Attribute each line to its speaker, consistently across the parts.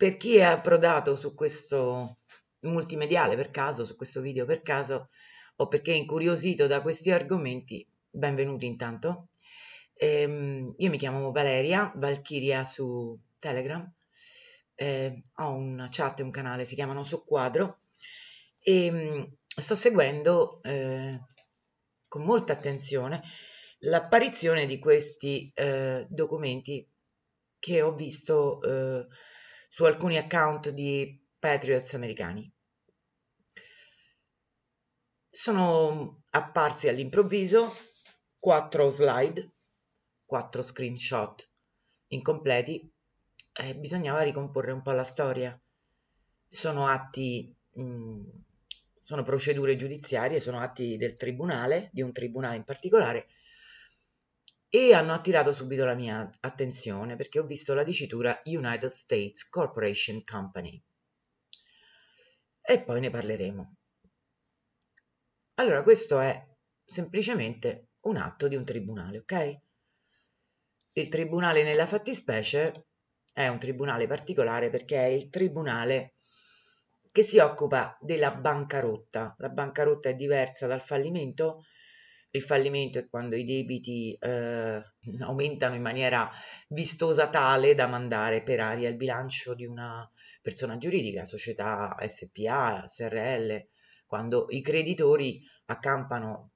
Speaker 1: Per chi è approdato su questo multimediale per caso, su questo video per caso, o perché è incuriosito da questi argomenti, benvenuti intanto. Io mi chiamo Valeria, Valchiria su Telegram, ho una chat e un canale, si chiamano Soqquadro, e sto seguendo con molta attenzione l'apparizione di questi documenti che ho visto su alcuni account di patriots americani. Sono apparsi all'improvviso 4 slide, 4 screenshot incompleti e bisognava ricomporre un po' la storia. Sono atti, sono procedure giudiziarie, sono atti del tribunale, di un tribunale in particolare, e hanno attirato subito la mia attenzione perché ho visto la dicitura United States Corporation Company e poi ne parleremo. Allora, questo è semplicemente un atto di un tribunale, ok? Il tribunale nella fattispecie è un tribunale particolare perché è il tribunale che si occupa della bancarotta. La bancarotta è diversa dal fallimento. Il fallimento è quando i debiti aumentano in maniera vistosa tale da mandare per aria il bilancio di una persona giuridica, società SPA, SRL, quando i creditori accampano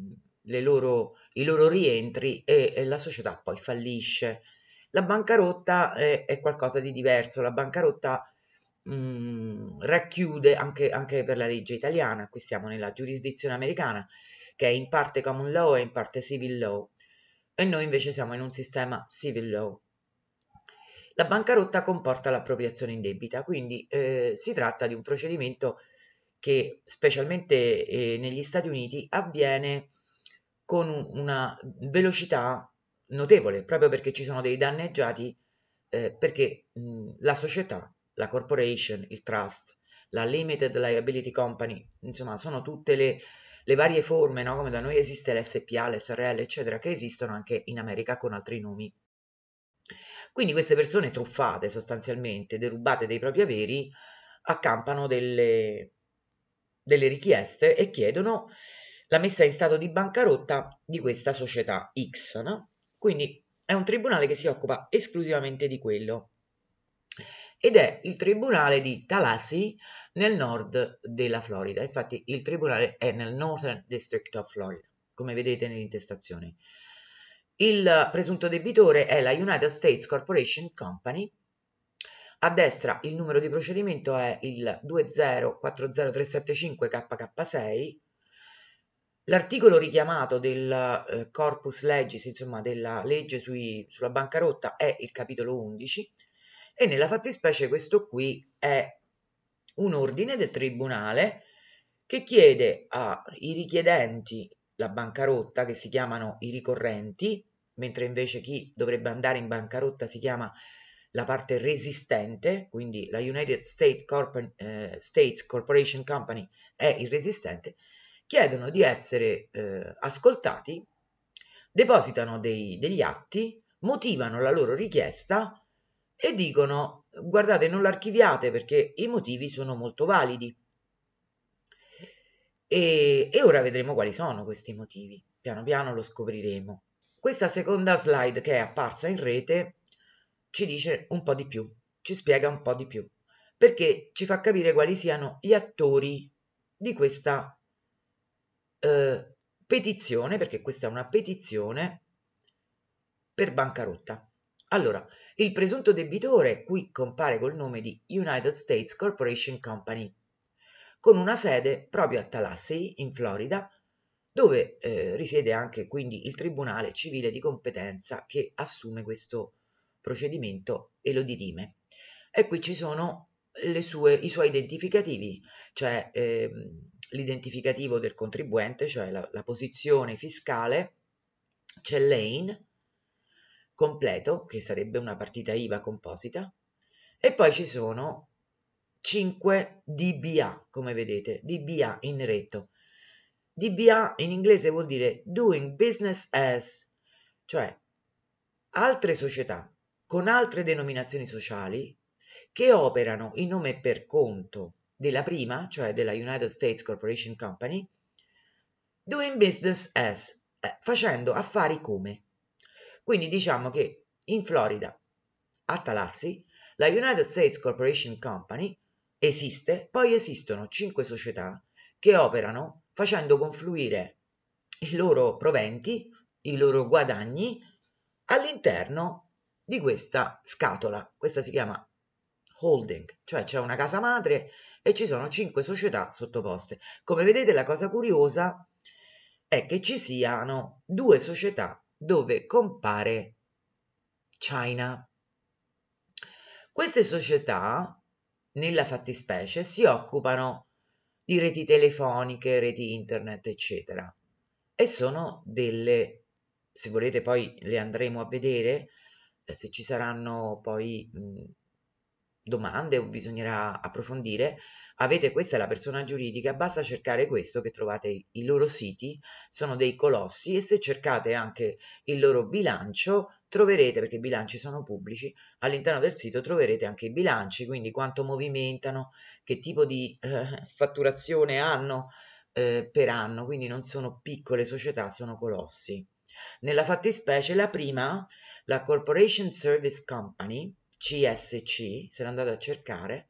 Speaker 1: i loro rientri e la società poi fallisce. La bancarotta è qualcosa di diverso, la bancarotta racchiude anche per la legge italiana, qui stiamo nella giurisdizione americana, che è in parte common law e in parte civil law, e noi invece siamo in un sistema civil law. La bancarotta comporta l'appropriazione indebita, quindi si tratta di un procedimento che specialmente negli Stati Uniti avviene con una velocità notevole, proprio perché ci sono dei danneggiati, perché la società, la corporation, il trust, la limited liability company, insomma, sono tutte le varie forme, no? Come da noi esiste l'SPA, l'SRL, eccetera, che esistono anche in America con altri nomi. Quindi queste persone truffate sostanzialmente, derubate dei propri averi, accampano delle richieste e chiedono la messa in stato di bancarotta di questa società X, no? Quindi è un tribunale che si occupa esclusivamente di quello ed è il tribunale di Tallahassee nel nord della Florida. Infatti il tribunale è nel Northern District of Florida, come vedete nell'intestazione. Il presunto debitore è la United States Corporation Company. A destra il numero di procedimento è il 2040375KK6. L'articolo richiamato del Corpus Legis, insomma della legge sulla bancarotta, è il capitolo 11 e nella fattispecie questo qui è un ordine del tribunale che chiede ai richiedenti la bancarotta, che si chiamano i ricorrenti, mentre invece chi dovrebbe andare in bancarotta si chiama la parte resistente, quindi la United States Corporation Company è il resistente, chiedono di essere ascoltati, depositano degli atti, motivano la loro richiesta e dicono guardate non l'archiviate perché i motivi sono molto validi. E ora vedremo quali sono questi motivi, piano piano lo scopriremo. Questa seconda slide che è apparsa in rete ci dice un po' di più, ci spiega un po' di più, perché ci fa capire quali siano gli attori di questa petizione, perché questa è una petizione per bancarotta. Allora, il presunto debitore qui compare col nome di United States Corporation Company, con una sede proprio a Tallahassee, in Florida, dove risiede anche quindi il Tribunale Civile di Competenza che assume questo procedimento e lo dirime. E qui ci sono i suoi identificativi, cioè l'identificativo del contribuente, cioè la posizione fiscale, c'è l'EIN completo, che sarebbe una partita IVA composita, e poi ci sono 5 DBA, come vedete, DBA in neretto. DBA in inglese vuol dire Doing Business As, cioè altre società con altre denominazioni sociali che operano in nome e per conto della prima, cioè della United States Corporation Company, doing business as, facendo affari come. Quindi diciamo che in Florida, a Tallahassee, la United States Corporation Company esiste, poi esistono 5 società che operano facendo confluire i loro proventi, i loro guadagni all'interno di questa scatola. Questa si chiama holding, cioè c'è una casa madre e ci sono 5 società sottoposte. Come vedete, la cosa curiosa è che ci siano 2 società dove compare China. Queste società, nella fattispecie, si occupano di reti telefoniche, reti internet, eccetera, e sono delle, se volete poi le andremo a vedere, se ci saranno poi domande o bisognerà approfondire, avete, questa è la persona giuridica, basta cercare questo che trovate i loro siti, sono dei colossi, e se cercate anche il loro bilancio troverete, perché i bilanci sono pubblici, all'interno del sito troverete anche i bilanci, quindi quanto movimentano, che tipo di fatturazione hanno per anno, quindi non sono piccole società, sono colossi. Nella fattispecie la prima, la Corporation Service Company, CSC, se l'andate a cercare,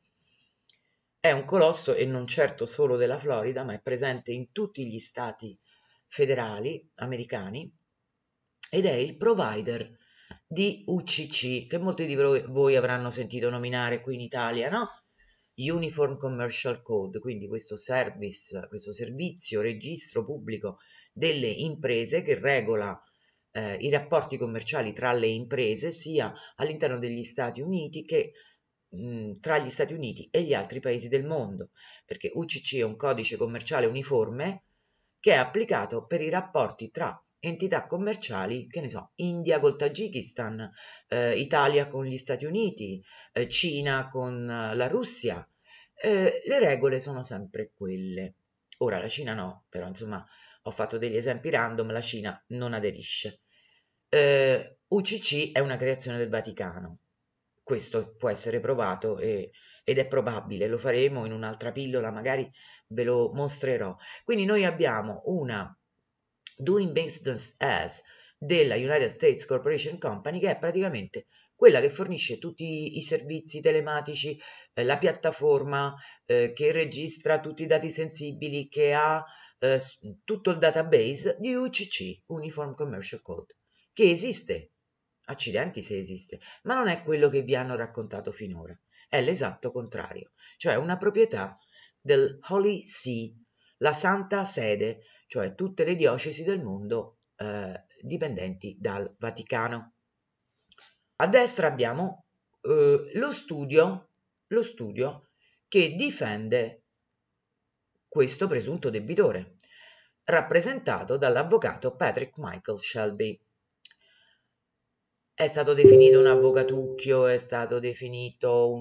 Speaker 1: è un colosso e non certo solo della Florida, ma è presente in tutti gli stati federali americani ed è il provider di UCC, che molti di voi avranno sentito nominare qui in Italia, no? Uniform Commercial Code, quindi questo service, questo servizio, registro pubblico delle imprese che regola i rapporti commerciali tra le imprese sia all'interno degli Stati Uniti che tra gli Stati Uniti e gli altri paesi del mondo, perché UCC è un codice commerciale uniforme che è applicato per i rapporti tra entità commerciali, che ne so, India col Tagikistan, Italia con gli Stati Uniti, Cina con la Russia. Le regole sono sempre quelle. Ora la Cina no, però insomma ho fatto degli esempi random, la Cina non aderisce. UCC è una creazione del Vaticano, questo può essere provato ed è probabile, lo faremo in un'altra pillola, magari ve lo mostrerò. Quindi noi abbiamo una Doing Business As della United States Corporation Company, che è praticamente quella che fornisce tutti i servizi telematici, la piattaforma che registra tutti i dati sensibili, che ha tutto il database di UCC, Uniform Commercial Code, che esiste. Accidenti se esiste, ma non è quello che vi hanno raccontato finora, è l'esatto contrario, cioè una proprietà del Holy See, la Santa Sede, cioè tutte le diocesi del mondo dipendenti dal Vaticano. A destra abbiamo lo studio che difende questo presunto debitore, rappresentato dall'avvocato Patrick Michael Shelby. È stato definito un avvocatucchio, è stato definito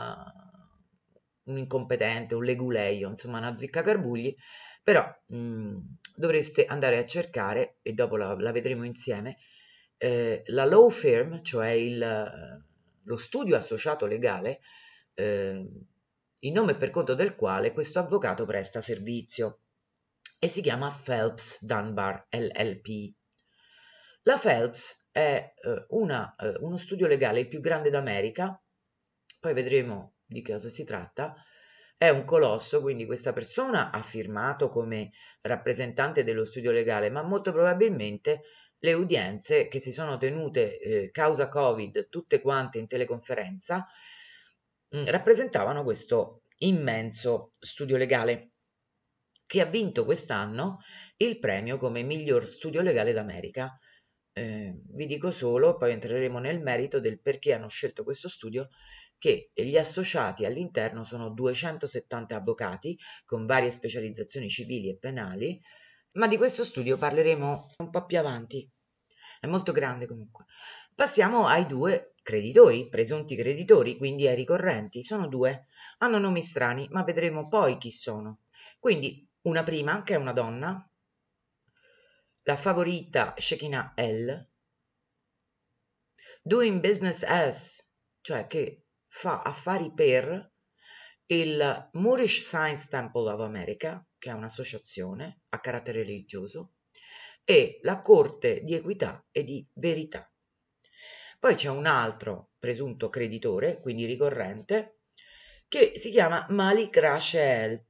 Speaker 1: un incompetente, un leguleio, insomma una ziccacarugli, però dovreste andare a cercare, e dopo la vedremo insieme, la law firm, cioè lo studio associato legale, in nome e per conto del quale questo avvocato presta servizio, e si chiama Phelps Dunbar LLP. La Phelps è uno studio legale il più grande d'America, poi vedremo di cosa si tratta, è un colosso, quindi questa persona ha firmato come rappresentante dello studio legale, ma molto probabilmente le udienze che si sono tenute causa Covid, tutte quante in teleconferenza, rappresentavano questo immenso studio legale che ha vinto quest'anno il premio come miglior studio legale d'America. Vi dico solo, poi entreremo nel merito del perché hanno scelto questo studio, che gli associati all'interno sono 270 avvocati con varie specializzazioni civili e penali, ma di questo studio parleremo un po' più avanti. È molto grande comunque. Passiamo ai 2 creditori, presunti creditori, quindi ai ricorrenti. Sono 2, hanno nomi strani, ma vedremo poi chi sono. Quindi una prima, che è una donna, la favorita Shekinah L, doing business as, cioè che fa affari per il Moorish Science Temple of America, che è un'associazione a carattere religioso, e la Corte di Equità e di Verità. Poi c'è un altro presunto creditore, quindi ricorrente, che si chiama Malik Rachel.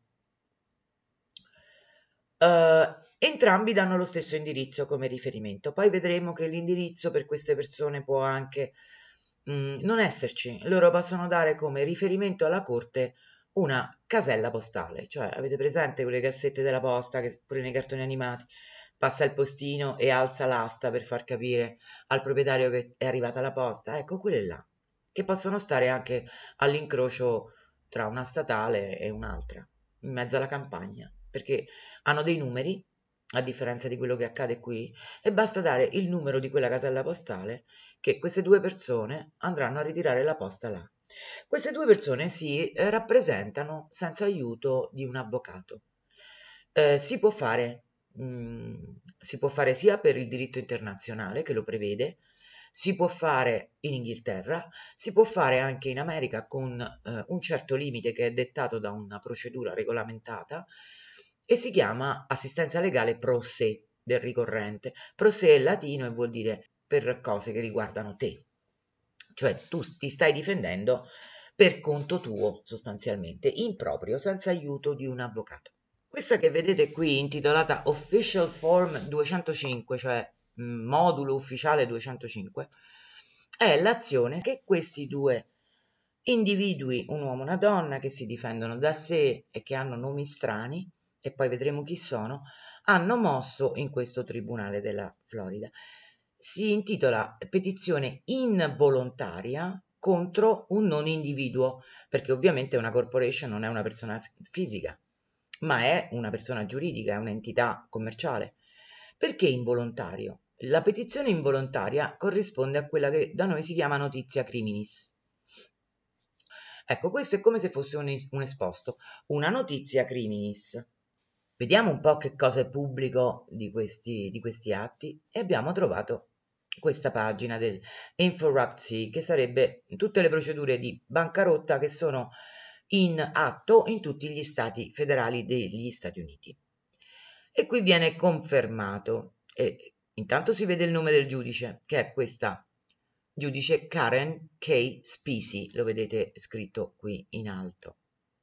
Speaker 1: Entrambi danno lo stesso indirizzo come riferimento. Poi vedremo che l'indirizzo per queste persone può anche non esserci. Loro possono dare come riferimento alla corte una casella postale, cioè avete presente quelle cassette della posta che pure nei cartoni animati passa il postino e alza l'asta per far capire al proprietario che è arrivata la posta? Ecco, quelle là, che possono stare anche all'incrocio tra una statale e un'altra, in mezzo alla campagna, perché hanno dei numeri, a differenza di quello che accade qui, e basta dare il numero di quella casella postale che queste due persone andranno a ritirare la posta là. Queste due persone si rappresentano senza aiuto di un avvocato. Si può fare, si può fare sia per il diritto internazionale che lo prevede, si può fare in Inghilterra, si può fare anche in America con un certo limite che è dettato da una procedura regolamentata e si chiama assistenza legale pro se del ricorrente. Pro se è latino e vuol dire per cose che riguardano te, cioè tu ti stai difendendo per conto tuo sostanzialmente, in proprio, senza aiuto di un avvocato. Questa che vedete qui intitolata Official Form 205, cioè modulo ufficiale 205, è l'azione che questi due individui, un uomo e una donna, che si difendono da sé e che hanno nomi strani, e poi vedremo chi sono, hanno mosso in questo tribunale della Florida. Si intitola petizione involontaria contro un non individuo, perché ovviamente una corporation non è una persona fisica, ma è una persona giuridica, è un'entità commerciale. Perché involontario? La petizione involontaria corrisponde a quella che da noi si chiama notizia criminis. Ecco, questo è come se fosse un esposto, una notizia criminis. Vediamo un po' che cosa è pubblico di questi atti e abbiamo trovato questa pagina del InfoRuptC, che sarebbe tutte le procedure di bancarotta che sono in atto in tutti gli stati federali degli Stati Uniti. E qui viene confermato, e intanto si vede il nome del giudice, che è questa giudice Karen K. Spisi, lo vedete scritto qui in alto.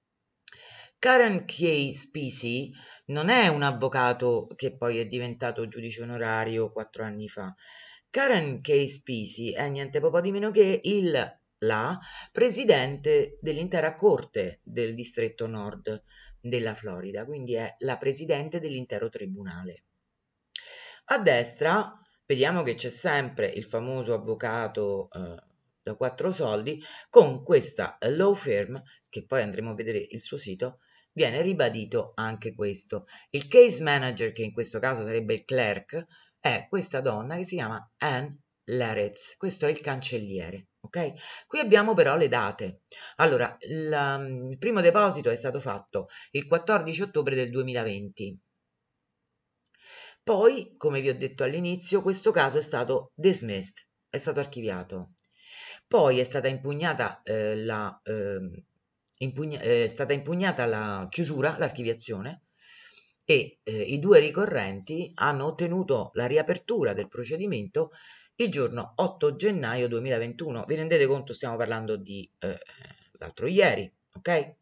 Speaker 1: Karen K. Spisi non è un avvocato che poi è diventato giudice onorario 4 anni fa. Karen K. Spisi è niente po' di meno che la presidente dell'intera corte del distretto nord della Florida, quindi è la presidente dell'intero tribunale. A destra vediamo che c'è sempre il famoso avvocato da 4 soldi con questa law firm, che poi andremo a vedere il suo sito. Viene ribadito anche questo. Il case manager, che in questo caso sarebbe il clerk, è questa donna che si chiama Anne Laretz. Questo è il cancelliere, ok? Qui abbiamo però le date. Allora, il primo deposito è stato fatto il 14 ottobre del 2020. Poi, come vi ho detto all'inizio, questo caso è stato dismissed, è stato archiviato. Poi è stata impugnata è stata impugnata la chiusura, l'archiviazione, e i due ricorrenti hanno ottenuto la riapertura del procedimento il giorno 8 gennaio 2021. Vi rendete conto? Stiamo parlando di l'altro ieri, ok?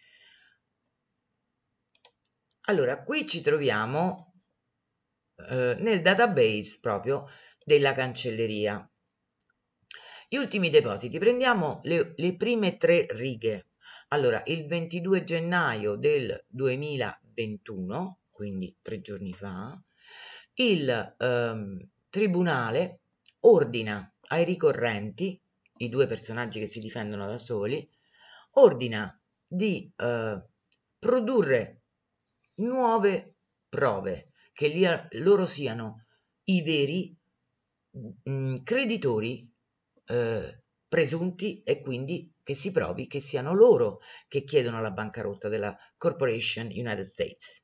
Speaker 1: Allora, qui ci troviamo nel database proprio della cancelleria. Gli ultimi depositi, prendiamo le prime 3 righe. Allora, il 22 gennaio del 2021, quindi 3 giorni fa, il tribunale ordina ai ricorrenti, i due personaggi che si difendono da soli, ordina di produrre nuove prove che loro siano i veri creditori presunti e quindi che si provi che siano loro che chiedono la bancarotta della Corporation United States.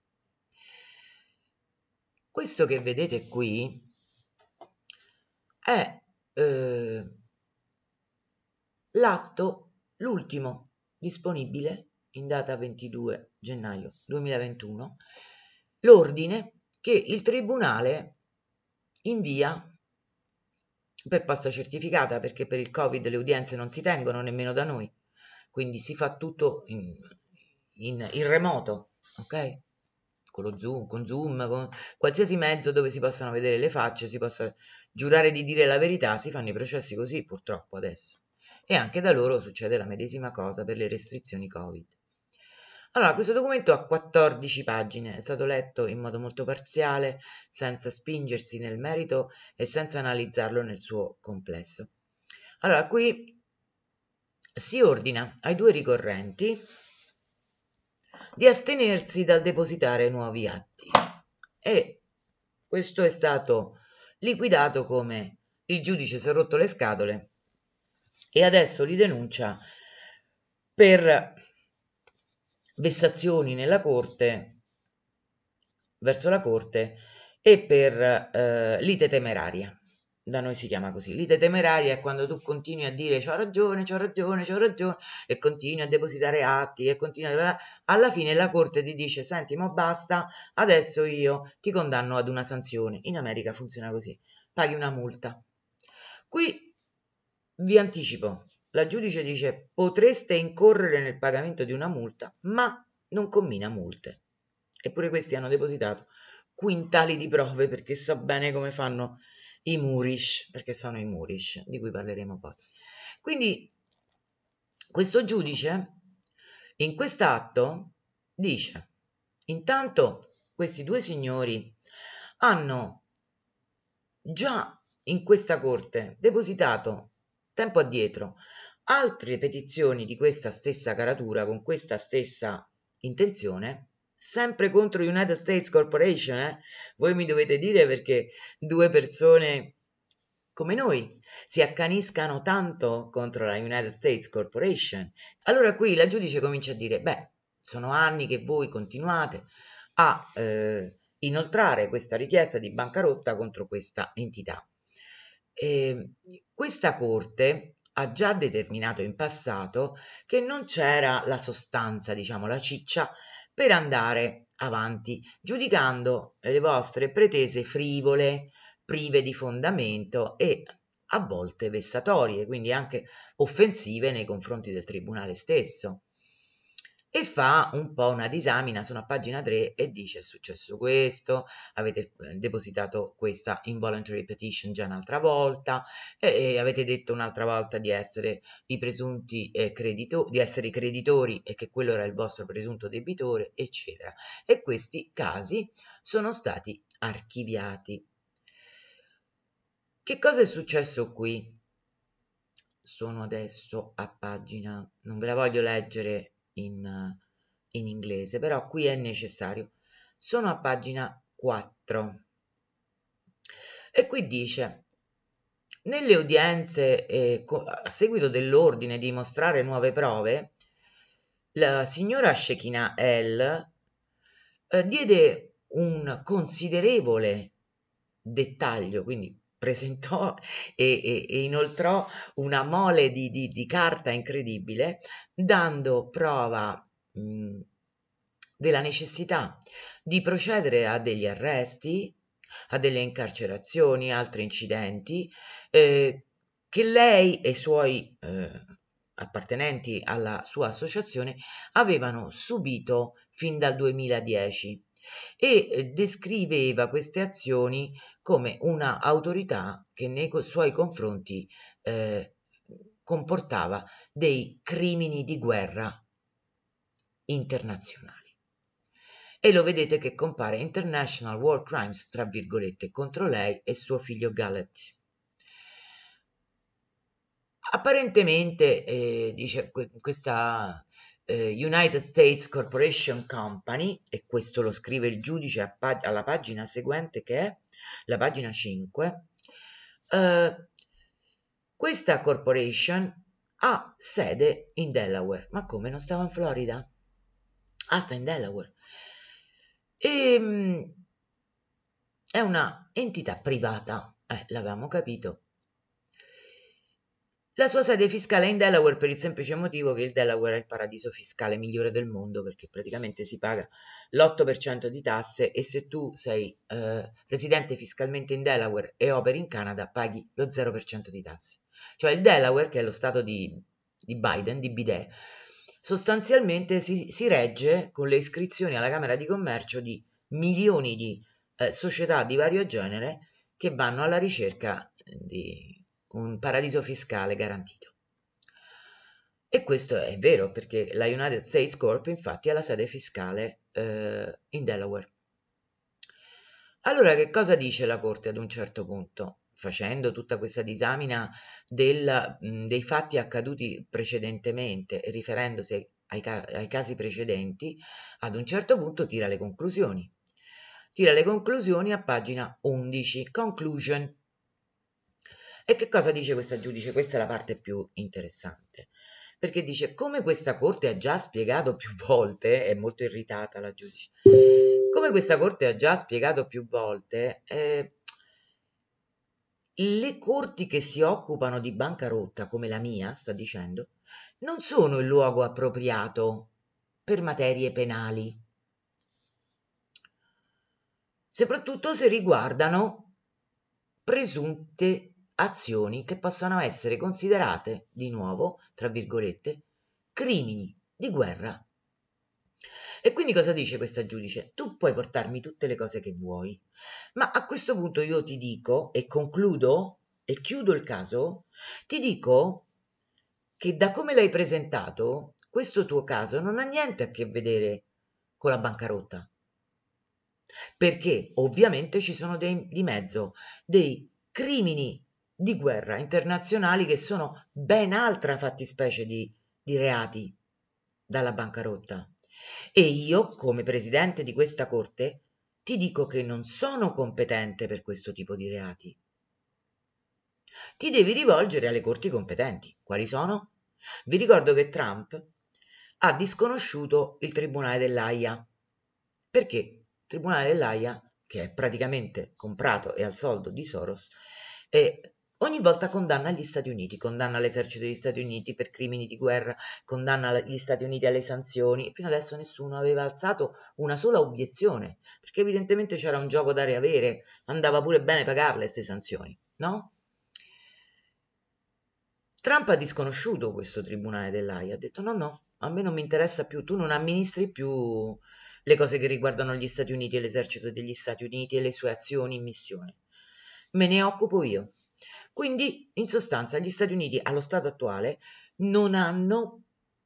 Speaker 1: Questo che vedete qui è l'atto l'ultimo disponibile in data 22 gennaio 2021, l'ordine che il tribunale invia per posta certificata, perché per il Covid le udienze non si tengono nemmeno da noi, quindi si fa tutto in remoto, ok? Con lo Zoom, con qualsiasi mezzo dove si possano vedere le facce, si possa giurare di dire la verità, si fanno i processi così purtroppo adesso. E anche da loro succede la medesima cosa per le restrizioni Covid. Allora, questo documento ha 14 pagine, è stato letto in modo molto parziale, senza spingersi nel merito e senza analizzarlo nel suo complesso. Allora, qui si ordina ai due ricorrenti di astenersi dal depositare nuovi atti e questo è stato liquidato come il giudice si è rotto le scatole e adesso li denuncia per vessazioni nella corte, verso la corte e per lite temeraria. Da noi si chiama così. Lite temeraria è quando tu continui a dire c'ho ragione, c'ho ragione, c'ho ragione e continui a depositare atti e continui alla fine la corte ti dice senti ma basta, adesso io ti condanno ad una sanzione. In America funziona così, paghi una multa. Qui vi anticipo, la giudice dice potreste incorrere nel pagamento di una multa, ma non commina multe. Eppure questi hanno depositato quintali di prove perché sa bene come fanno i Moorish, perché sono i Moorish, di cui parleremo poi. Quindi questo giudice in quest'atto dice, intanto questi due signori hanno già in questa corte depositato tempo addietro altre petizioni di questa stessa caratura, con questa stessa intenzione, sempre contro United States Corporation, Voi mi dovete dire perché due persone come noi si accaniscano tanto contro la United States Corporation. Allora qui la giudice comincia a dire, beh, sono anni che voi continuate a inoltrare questa richiesta di bancarotta contro questa entità. E questa corte ha già determinato in passato che non c'era la sostanza, diciamo la ciccia, per andare avanti, giudicando le vostre pretese frivole, prive di fondamento e a volte vessatorie, quindi anche offensive nei confronti del tribunale stesso. E fa un po' una disamina, sono a pagina 3 e dice è successo questo, avete depositato questa involuntary petition già un'altra volta e avete detto un'altra volta di essere i presunti di essere i creditori e che quello era il vostro presunto debitore, eccetera. E questi casi sono stati archiviati. Che cosa è successo qui? Sono adesso a pagina, non ve la voglio leggere in inglese, però qui è necessario. Sono a pagina 4 e qui dice nelle udienze a seguito dell'ordine di mostrare nuove prove, la signora Shekinah El diede un considerevole dettaglio, quindi presentò e inoltrò una mole di carta incredibile, dando prova della necessità di procedere a degli arresti, a delle incarcerazioni, altri incidenti, che lei e i suoi appartenenti alla sua associazione avevano subito fin dal 2010 e descriveva queste azioni come una autorità che nei suoi confronti comportava dei crimini di guerra internazionali. E lo vedete che compare International War Crimes, tra virgolette, contro lei e suo figlio Gallet. Apparentemente, dice questa United States Corporation Company, e questo lo scrive il giudice alla pagina seguente che è la pagina 5, questa corporation ha sede in Delaware. Ma come, non stava in Florida? Ah, sta in Delaware. È una entità privata, l'avevamo capito, La sua sede fiscale è in Delaware per il semplice motivo che il Delaware è il paradiso fiscale migliore del mondo, perché praticamente si paga l'8% di tasse, e se tu sei residente fiscalmente in Delaware e operi in Canada paghi lo 0% di tasse. Cioè il Delaware, che è lo stato di Biden, di Bidet, sostanzialmente si regge con le iscrizioni alla Camera di Commercio di milioni di società di vario genere che vanno alla ricerca di un paradiso fiscale garantito. E questo è vero, perché la United States Corp infatti ha la sede fiscale in Delaware. Allora, che cosa dice la Corte ad un certo punto? Facendo tutta questa disamina dei fatti accaduti precedentemente e riferendosi ai casi precedenti, ad un certo punto tira le conclusioni. Tira le conclusioni a pagina 11, conclusion. E che cosa dice questa giudice? Questa è la parte più interessante, perché dice: come questa corte ha già spiegato più volte, è molto irritata la giudice, come questa corte ha già spiegato più volte, le corti che si occupano di bancarotta, come la mia, sta dicendo, non sono il luogo appropriato per materie penali, soprattutto se riguardano presunte azioni che possano essere considerate, di nuovo, tra virgolette, crimini di guerra. E quindi cosa dice questa giudice? Tu puoi portarmi tutte le cose che vuoi, ma a questo punto io ti dico, e concludo e chiudo il caso, ti dico che da come l'hai presentato, questo tuo caso non ha niente a che vedere con la bancarotta, perché ovviamente ci sono di mezzo dei crimini di guerra internazionali che sono ben altra fattispecie di reati dalla bancarotta. E io, come presidente di questa corte, ti dico che non sono competente per questo tipo di reati. Ti devi rivolgere alle corti competenti. Quali sono? Vi ricordo che Trump ha disconosciuto il Tribunale dell'Aia. Perché? Il Tribunale dell'Aia, che è praticamente comprato e al soldo di Soros, ogni volta condanna gli Stati Uniti, condanna l'esercito degli Stati Uniti per crimini di guerra, condanna gli Stati Uniti alle sanzioni. Fino adesso nessuno aveva alzato una sola obiezione, perché evidentemente c'era un gioco dare e avere, andava pure bene pagarle queste sanzioni, no? Trump ha disconosciuto questo tribunale dell'Aia, ha detto: no, no, a me non mi interessa più, tu non amministri più le cose che riguardano gli Stati Uniti e l'esercito degli Stati Uniti e le sue azioni in missione, me ne occupo io. Quindi, in sostanza, gli Stati Uniti allo stato attuale non hanno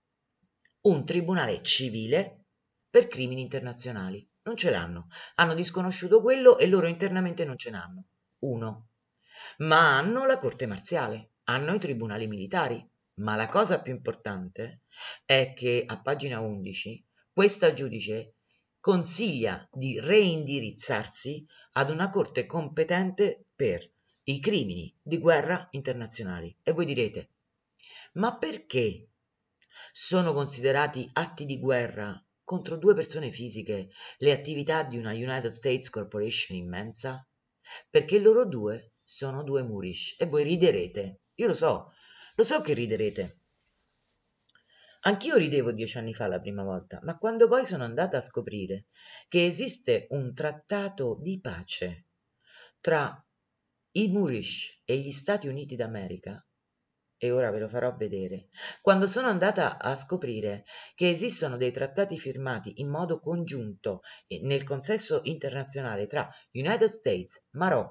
Speaker 1: un tribunale civile per crimini internazionali, non ce l'hanno, hanno disconosciuto quello e loro internamente non ce n'hanno, uno. Ma hanno la corte marziale, hanno i tribunali militari, ma la cosa più importante è che a pagina 11 questa giudice consiglia di reindirizzarsi ad una corte competente per i crimini di guerra internazionali. E voi direte: ma perché sono considerati atti di guerra contro due persone fisiche le attività di una United States Corporation immensa? Perché loro due sono due Moorish. E voi riderete. Io lo so che riderete. Anch'io ridevo 10 anni fa la prima volta, ma quando poi sono andata a scoprire che esiste un trattato di pace tra i Moorish e gli Stati Uniti d'America, e ora ve lo farò vedere, quando sono andata a scoprire che esistono dei trattati firmati in modo congiunto nel consesso internazionale tra United States,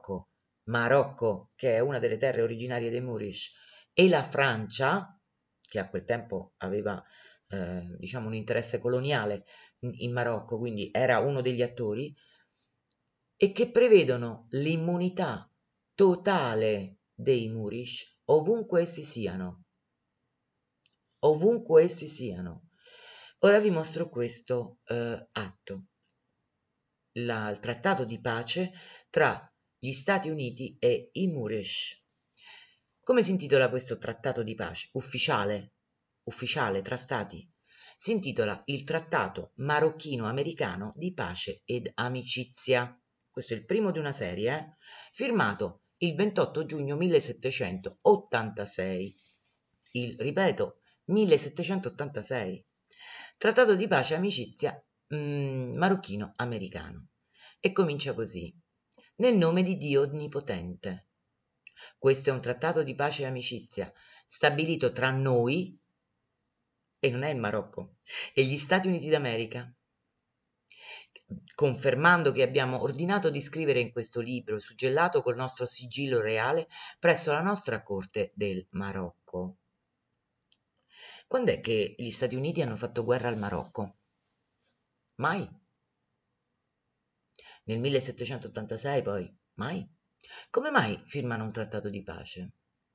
Speaker 1: Marocco, che è una delle terre originarie dei Moorish, e la Francia, che a quel tempo aveva diciamo un interesse coloniale in Marocco, quindi era uno degli attori, e che prevedono l'immunità totale dei Moorish ovunque essi siano. Ovunque essi siano. Ora vi mostro questo atto, il trattato di pace tra gli Stati Uniti e i Moorish. Come si intitola questo trattato di pace? Ufficiale tra stati. Si intitola il Trattato Marocchino-Americano di Pace ed Amicizia. Questo è il primo di una serie, firmato il 28 giugno 1786. ripeto, 1786. Trattato di pace e amicizia marocchino-americano. E comincia così. Nel nome di Dio Onnipotente. Questo è un trattato di pace e amicizia stabilito tra noi, e non è il Marocco, e gli Stati Uniti d'America, confermando che abbiamo ordinato di scrivere in questo libro, suggellato col nostro sigillo reale, presso la nostra corte del Marocco. Quando è che gli Stati Uniti hanno fatto guerra al Marocco? Mai. Nel 1786 poi? Mai. Come mai firmano un trattato di pace?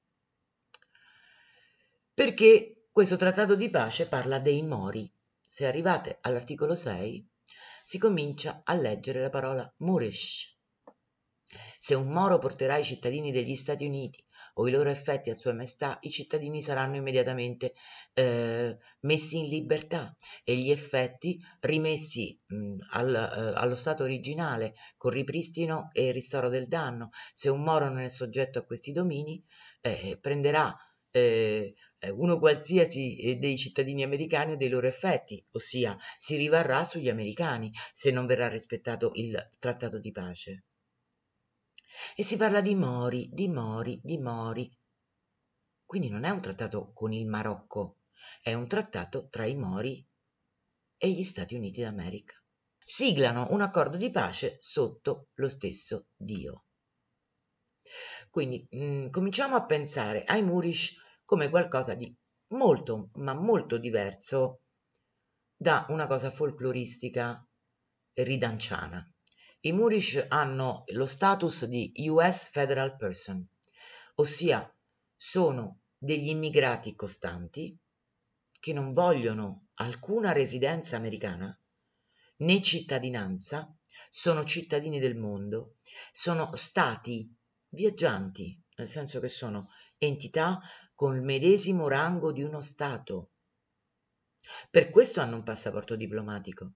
Speaker 1: Perché questo trattato di pace parla dei Mori. Se arrivate all'articolo 6, si comincia a leggere la parola Moorish. Se un Moro porterà i cittadini degli Stati Uniti o i loro effetti a Sua Maestà, i cittadini saranno immediatamente messi in libertà e gli effetti rimessi allo stato originale con ripristino e ristoro del danno. Se un Moro non è soggetto a questi domini, prenderà uno qualsiasi dei cittadini americani o dei loro effetti, ossia si rivarrà sugli americani se non verrà rispettato il trattato di pace. E si parla di Mori, di Mori, di Mori. Quindi non è un trattato con il Marocco, è un trattato tra i Mori e gli Stati Uniti d'America. Siglano un accordo di pace sotto lo stesso Dio. Quindi cominciamo a pensare ai Moorish come qualcosa di molto, ma molto diverso da una cosa folcloristica ridanciana. I Moorish hanno lo status di US Federal Person, ossia sono degli immigrati costanti che non vogliono alcuna residenza americana né cittadinanza, sono cittadini del mondo, sono stati viaggianti, nel senso che sono entità con il medesimo rango di uno Stato. Per questo hanno un passaporto diplomatico.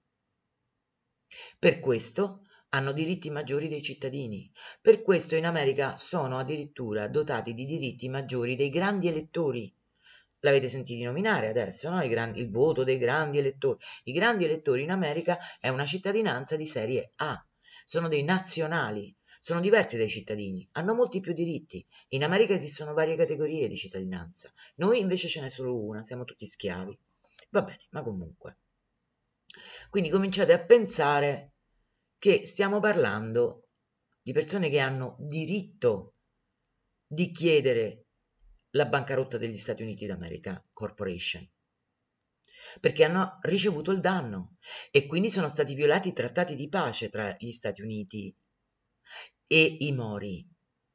Speaker 1: Per questo hanno diritti maggiori dei cittadini. Per questo in America sono addirittura dotati di diritti maggiori dei grandi elettori. L'avete sentito nominare adesso, no? Il voto dei grandi elettori. I grandi elettori in America è una cittadinanza di serie A. Sono dei nazionali. Sono diversi dai cittadini, hanno molti più diritti. In America esistono varie categorie di cittadinanza. Noi invece ce n'è solo una, siamo tutti schiavi. Va bene, ma comunque. Quindi cominciate a pensare che stiamo parlando di persone che hanno diritto di chiedere la bancarotta degli Stati Uniti d'America Corporation, perché hanno ricevuto il danno e quindi sono stati violati i trattati di pace tra gli Stati Uniti e i Mori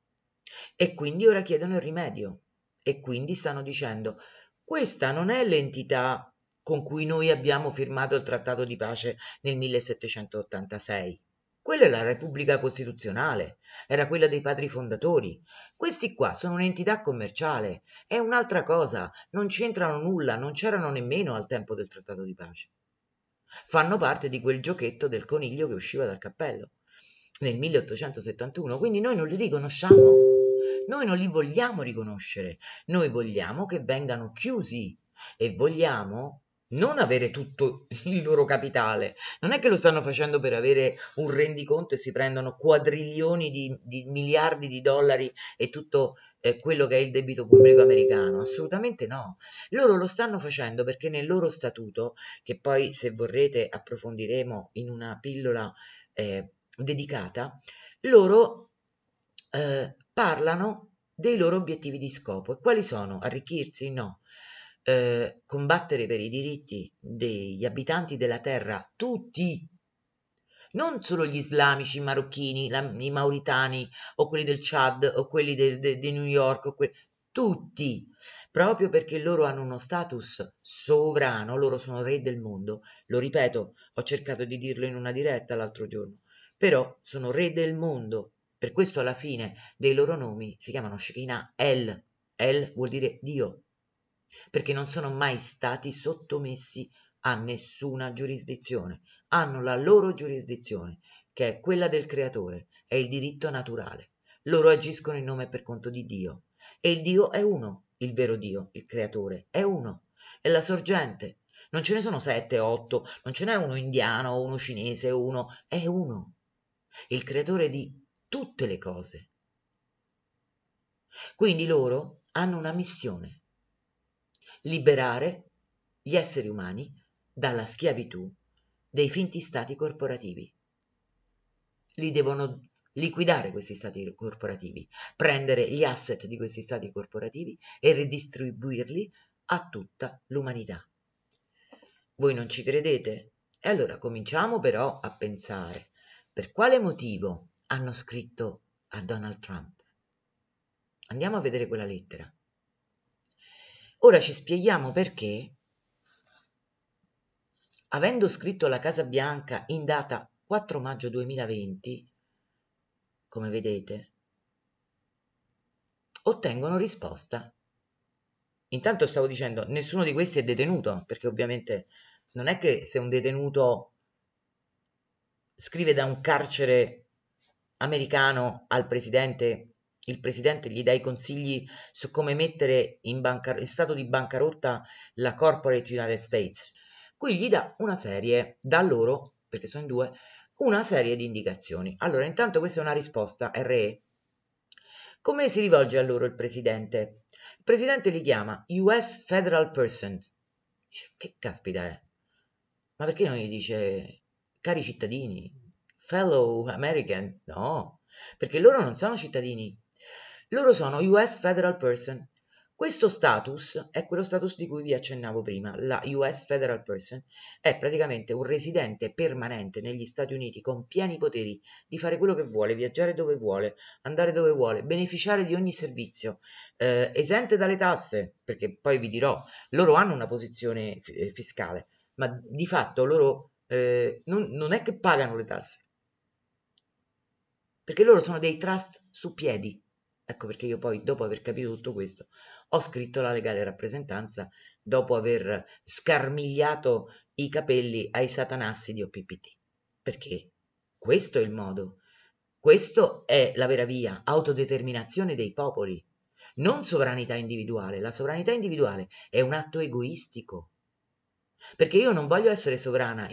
Speaker 1: e quindi ora chiedono il rimedio e quindi stanno dicendo questa non è l'entità con cui noi abbiamo firmato il trattato di pace nel 1786. Quella è la Repubblica Costituzionale, era quella dei padri fondatori. Questi qua sono un'entità commerciale, è un'altra cosa, non c'entrano nulla, non c'erano nemmeno al tempo del trattato di pace. Fanno parte di quel giochetto del coniglio che usciva dal cappello nel 1871, quindi noi non li riconosciamo, noi non li vogliamo riconoscere, noi vogliamo che vengano chiusi e vogliamo non avere tutto il loro capitale. Non è che lo stanno facendo per avere un rendiconto e si prendono quadrilioni di miliardi di dollari e tutto quello che è il debito pubblico americano, assolutamente no. Loro lo stanno facendo perché nel loro statuto, che poi se vorrete approfondiremo in una pillola dedicata, loro parlano dei loro obiettivi di scopo. E quali sono? Arricchirsi? No. Combattere per i diritti degli abitanti della terra, tutti, non solo gli islamici, i marocchini, i mauritani o quelli del Chad o quelli di New York, tutti, proprio perché loro hanno uno status sovrano, loro sono re del mondo, lo ripeto, ho cercato di dirlo in una diretta l'altro giorno, però sono re del mondo, per questo alla fine dei loro nomi si chiamano Shekinah El, El vuol dire Dio, perché non sono mai stati sottomessi a nessuna giurisdizione, hanno la loro giurisdizione, che è quella del creatore, è il diritto naturale. Loro agiscono in nome e per conto di Dio e il Dio è uno il vero Dio, il creatore, è uno, è la sorgente. Non ce ne sono 7, 8, non ce n'è uno indiano, uno cinese, uno, è uno, il creatore di tutte le cose. Quindi loro hanno una missione: liberare gli esseri umani dalla schiavitù dei finti stati corporativi. Li devono liquidare questi stati corporativi, prendere gli asset di questi stati corporativi e ridistribuirli a tutta l'umanità. Voi non ci credete? E allora cominciamo però a pensare per quale motivo hanno scritto a Donald Trump. Andiamo a vedere quella lettera. Ora ci spieghiamo perché, avendo scritto alla Casa Bianca in data 4 maggio 2020, come vedete, ottengono risposta. Intanto stavo dicendo, nessuno di questi è detenuto, perché ovviamente non è che se un detenuto scrive da un carcere americano al presidente, il presidente gli dà i consigli su come mettere in stato di bancarotta la corporate United States. Qui gli dà una serie, da loro, perché sono in due, una serie di indicazioni. Allora, intanto questa è una risposta, RE. Come si rivolge a loro il presidente? Il presidente li chiama US Federal Persons. Dice, che caspita è? Ma perché non gli dice cari cittadini, fellow American? No, perché loro non sono cittadini, loro sono US Federal Person. Questo status è quello status di cui vi accennavo prima. La US Federal Person è praticamente un residente permanente negli Stati Uniti con pieni poteri di fare quello che vuole, viaggiare dove vuole, andare dove vuole, beneficiare di ogni servizio, esente dalle tasse, perché poi vi dirò, loro hanno una posizione fiscale, ma di fatto loro non è che pagano le tasse, perché loro sono dei trust su piedi. Ecco perché io poi, dopo aver capito tutto questo, ho scritto la legale rappresentanza dopo aver scarmigliato i capelli ai satanassi di OPPT. Perché questo è il modo, questo è la vera via, autodeterminazione dei popoli, non sovranità individuale. La sovranità individuale è un atto egoistico, perché io non voglio essere sovrana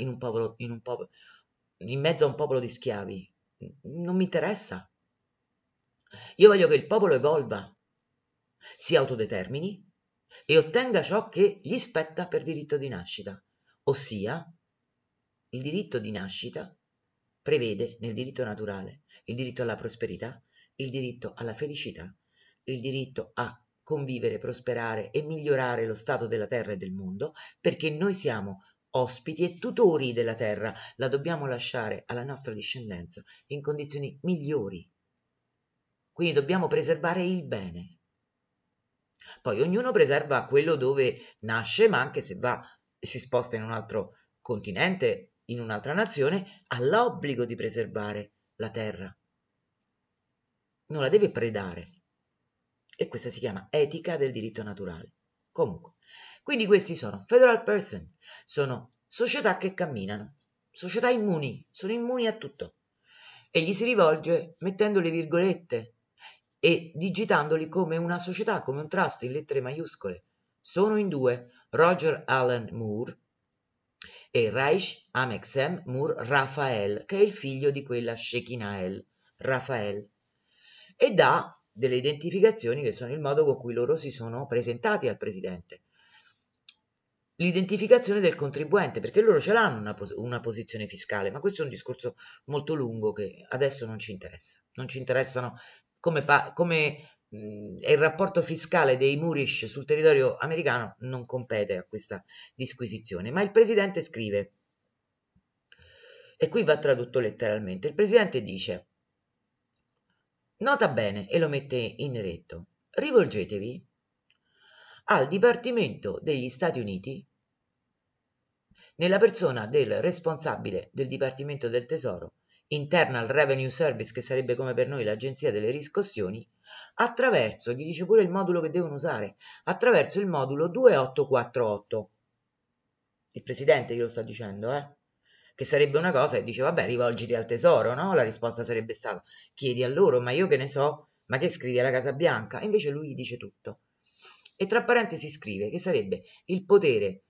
Speaker 1: in mezzo a un popolo di schiavi, non mi interessa. Io voglio che il popolo evolva, si autodetermini e ottenga ciò che gli spetta per diritto di nascita, ossia il diritto di nascita prevede nel diritto naturale il diritto alla prosperità, il diritto alla felicità, il diritto a convivere, prosperare e migliorare lo stato della terra e del mondo, perché noi siamo ospiti e tutori della terra, la dobbiamo lasciare alla nostra discendenza in condizioni migliori. Quindi dobbiamo preservare il bene. Poi ognuno preserva quello dove nasce, ma anche se va e si sposta in un altro continente, in un'altra nazione, ha l'obbligo di preservare la terra. Non la deve predare. E questa si chiama etica del diritto naturale. Comunque, quindi questi sono federal person, sono società che camminano, società immuni, sono immuni a tutto. E gli si rivolge mettendo le virgolette e digitandoli come una società, come un trust in lettere maiuscole. Sono in due, Roger Allen Moore e Reich Amexem Moore Raphael, che è il figlio di quella Shekinah Raphael, e dà delle identificazioni che sono il modo con cui loro si sono presentati al presidente. L'identificazione del contribuente, perché loro ce l'hanno una posizione fiscale, ma questo è un discorso molto lungo che adesso non ci interessa. Non ci interessano come è il rapporto fiscale dei Moorish sul territorio americano, non compete a questa disquisizione. Ma il presidente scrive, e qui va tradotto letteralmente, il presidente dice: nota bene, e lo mette in neretto, rivolgetevi al Dipartimento degli Stati Uniti nella persona del responsabile del Dipartimento del Tesoro, Internal Revenue Service, che sarebbe come per noi l'Agenzia delle Riscossioni, attraverso, gli dice pure il modulo che devono usare, attraverso il modulo 2848. Il presidente glielo sta dicendo, che sarebbe una cosa e dice, vabbè, rivolgiti al tesoro, no? La risposta sarebbe stata, chiedi a loro, ma io che ne so, ma che scrivi alla Casa Bianca? E invece lui gli dice tutto. e tra parentesi scrive che sarebbe il potere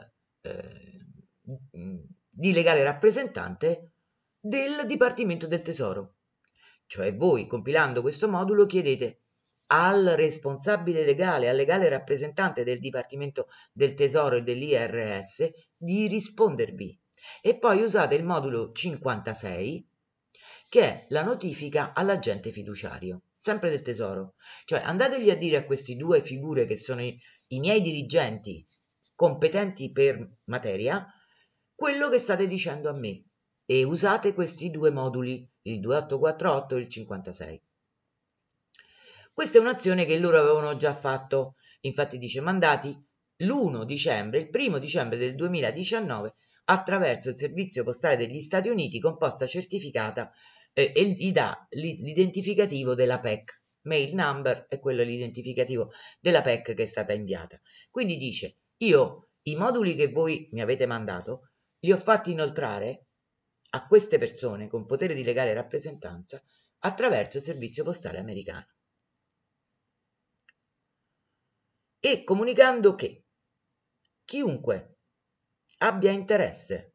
Speaker 1: di legale rappresentante del Dipartimento del Tesoro. Cioè voi, compilando questo modulo, chiedete al responsabile legale, al legale rappresentante del Dipartimento del Tesoro e dell'IRS di rispondervi. E poi usate il modulo 56, che è la notifica all'agente fiduciario, sempre del Tesoro. Cioè andategli a dire a queste due figure che sono i miei dirigenti competenti per materia, quello che state dicendo a me e usate questi due moduli, il 2848 e il 56. Questa è un'azione che loro avevano già fatto, infatti dice mandati l'1 dicembre, il 1 dicembre del 2019 attraverso il servizio postale degli Stati Uniti con posta certificata e gli dà l'identificativo della PEC, mail number è quello l'identificativo della PEC che è stata inviata. Quindi dice io i moduli che voi mi avete mandato li ho fatti inoltrare a queste persone con potere di legale rappresentanza attraverso il servizio postale americano e comunicando che chiunque abbia interesse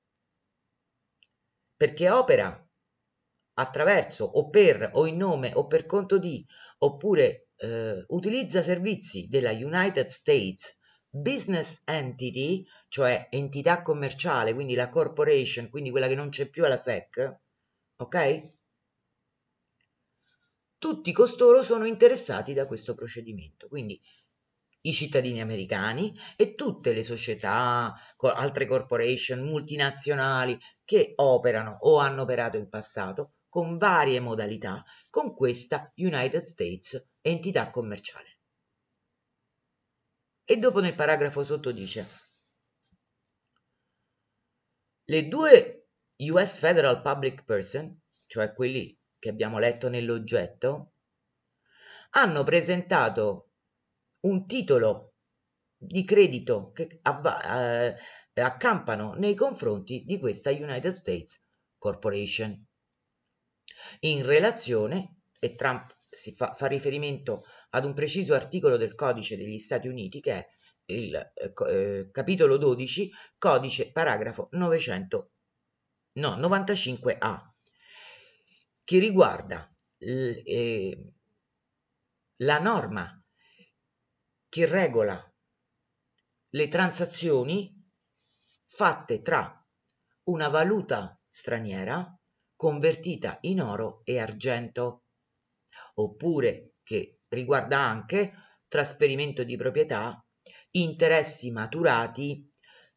Speaker 1: perché opera attraverso o per o in nome o per conto di oppure utilizza servizi della United States Business Entity, cioè entità commerciale, quindi la corporation, quindi quella che non c'è più alla SEC, ok? Tutti costoro sono interessati da questo procedimento, quindi i cittadini americani e tutte le società, altre corporation multinazionali che operano o hanno operato in passato con varie modalità con questa United States entità commerciale. E dopo nel paragrafo sotto dice le due US Federal Public Person, cioè quelli che abbiamo letto nell'oggetto, hanno presentato un titolo di credito che accampano nei confronti di questa United States Corporation in relazione, e Trump si fa riferimento ad un preciso articolo del codice degli Stati Uniti che è il capitolo 12, codice paragrafo 95A, che riguarda la norma che regola le transazioni fatte tra una valuta straniera convertita in oro e argento, oppure che riguarda anche trasferimento di proprietà, interessi maturati,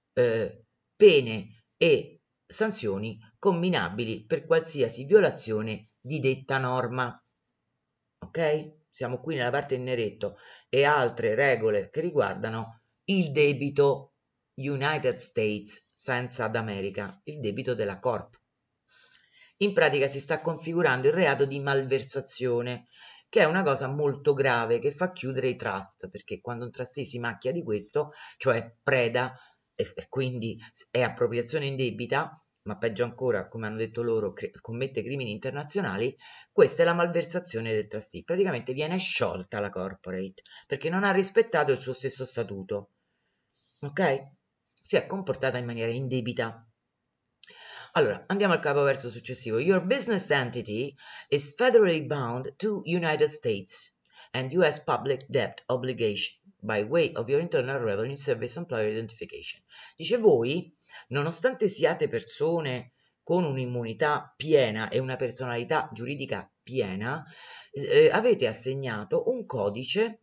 Speaker 1: pene e sanzioni comminabili per qualsiasi violazione di detta norma. Ok? Siamo qui nella parte in neretto e altre regole che riguardano il debito United States senza ad America, il debito della Corp. In pratica si sta configurando il reato di malversazione, che è una cosa molto grave che fa chiudere i trust, perché quando un trustee si macchia di questo, cioè preda e quindi è appropriazione indebita, ma peggio ancora, come hanno detto loro, commette crimini internazionali, questa è la malversazione del trustee. Praticamente viene sciolta la corporate perché non ha rispettato il suo stesso statuto, ok? Si è comportata in maniera indebita. Allora, andiamo al capoverso successivo. Your business entity is federally bound to United States and US public debt obligation by way of your Internal Revenue Service Employer Identification. Dice voi, nonostante siate persone con un'immunità piena e una personalità giuridica piena, avete assegnato un codice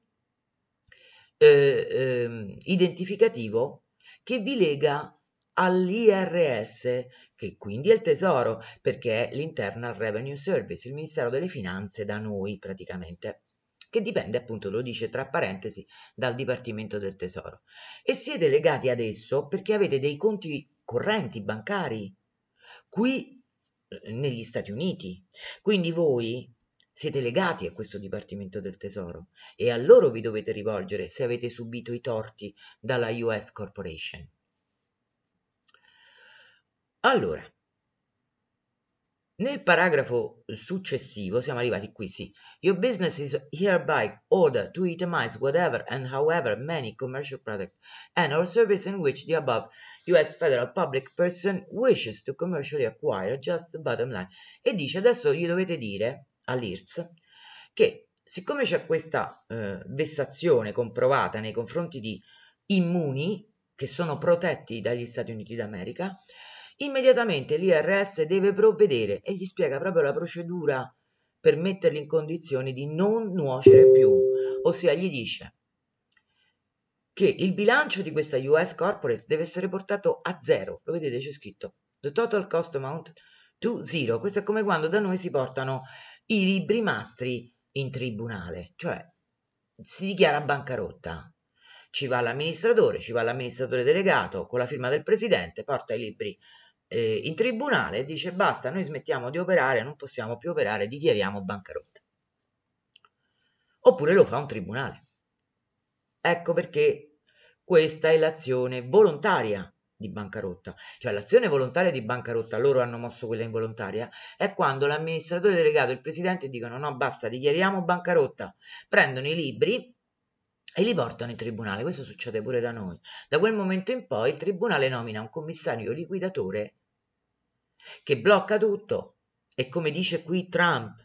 Speaker 1: identificativo che vi lega all'IRS, che quindi è il tesoro, perché è l'Internal Revenue Service, il Ministero delle Finanze da noi praticamente, che dipende appunto, lo dice tra parentesi, dal Dipartimento del Tesoro. E siete legati ad esso perché avete dei conti correnti bancari qui negli Stati Uniti. Quindi voi siete legati a questo Dipartimento del Tesoro e a loro vi dovete rivolgere se avete subito i torti dalla US Corporation. Allora, Nel paragrafo successivo siamo arrivati qui, sì. Your business is hereby ordered to itemize whatever and however many commercial products and or service in which the above US federal public person wishes to commercially acquire, just the bottom line. E dice adesso gli dovete dire all'IRS che siccome c'è questa vessazione comprovata nei confronti di immuni che sono protetti dagli Stati Uniti d'America, immediatamente l'IRS deve provvedere e gli spiega proprio la procedura per metterli in condizioni di non nuocere più, ossia gli dice che il bilancio di questa US Corporate deve essere portato a zero, lo vedete c'è scritto, the total cost amount to zero, questo è come quando da noi si portano i libri mastri in tribunale, cioè si dichiara bancarotta, ci va l'amministratore delegato con la firma del presidente, porta i libri in tribunale e dice basta, noi smettiamo di operare, non possiamo più operare, dichiariamo bancarotta. Oppure lo fa un tribunale. Ecco perché questa è l'azione volontaria di bancarotta. Cioè l'azione volontaria di bancarotta, loro hanno mosso quella involontaria, è quando l'amministratore delegato e il presidente dicono no basta, dichiariamo bancarotta, prendono i libri e li portano in tribunale. Questo succede pure da noi. Da quel momento in poi il tribunale nomina un commissario liquidatore che blocca tutto e come dice qui Trump,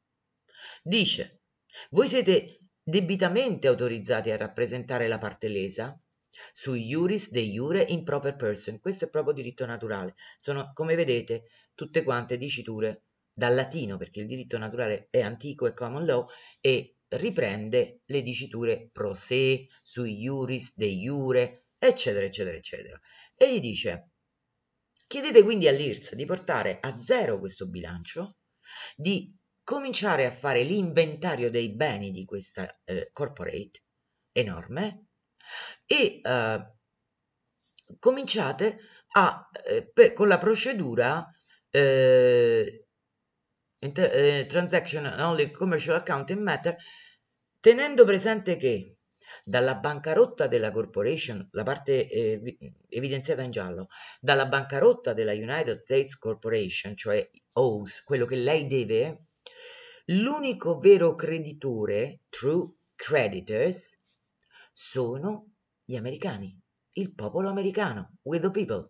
Speaker 1: dice voi siete debitamente autorizzati a rappresentare la parte lesa sui iuris de iure improper person, questo è proprio diritto naturale, sono come vedete tutte quante diciture dal latino perché il diritto naturale è antico e common law e riprende le diciture pro se, sui iuris de iure, eccetera eccetera eccetera e gli dice chiedete quindi all'IRS di portare a zero questo bilancio, di cominciare a fare l'inventario dei beni di questa corporate enorme e cominciate con la procedura Transaction Only Commercial Accounting Matter, tenendo presente che dalla bancarotta della corporation, la parte evidenziata in giallo, dalla bancarotta della United States Corporation, cioè owes, quello che lei deve, l'unico vero creditore, true creditors, sono gli americani, il popolo americano, with the people,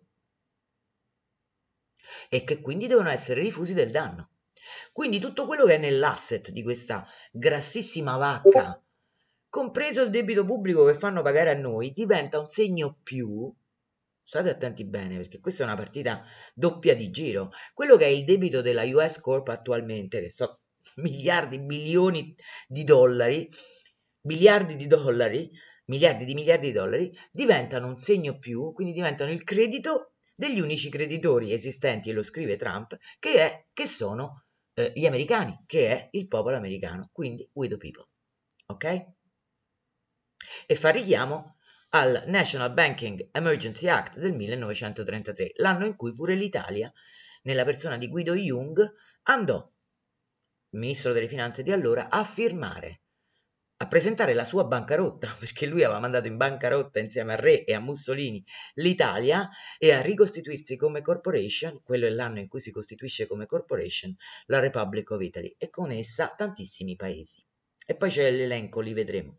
Speaker 1: e che quindi devono essere rifusi del danno. Quindi tutto quello che è nell'asset di questa grassissima vacca, compreso il debito pubblico che fanno pagare a noi, diventa un segno più. State attenti bene perché questa è una partita doppia di giro. Quello che è il debito della US Corp attualmente, che so miliardi, bilioni di dollari, miliardi di dollari, miliardi di dollari, diventano un segno più, quindi diventano il credito degli unici creditori esistenti, e lo scrive Trump, che sono gli americani, che è il popolo americano, quindi we the people, ok? E fa richiamo al National Banking Emergency Act del 1933, l'anno in cui pure l'Italia, nella persona di Guido Jung, andò, ministro delle finanze di allora, a firmare, a presentare la sua bancarotta, perché lui aveva mandato in bancarotta insieme al re e a Mussolini l'Italia e a ricostituirsi come corporation, quello è l'anno in cui si costituisce come corporation, la Republic of Italy, e con essa tantissimi paesi. E poi c'è l'elenco, li vedremo.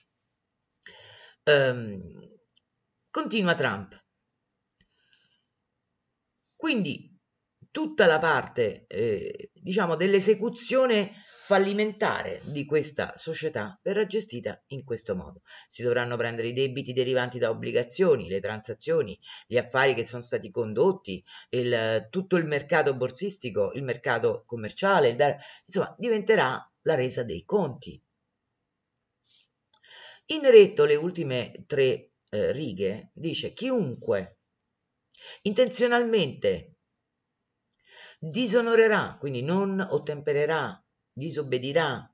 Speaker 1: Continua Trump. Quindi tutta la parte, diciamo, dell'esecuzione fallimentare di questa società verrà gestita in questo modo. Si dovranno prendere i debiti derivanti da obbligazioni, le transazioni, gli affari che sono stati condotti, tutto il mercato borsistico, il mercato commerciale, insomma, diventerà la resa dei conti. In retto, le ultime tre righe, dice chiunque intenzionalmente disonorerà, quindi non ottempererà, disobbedirà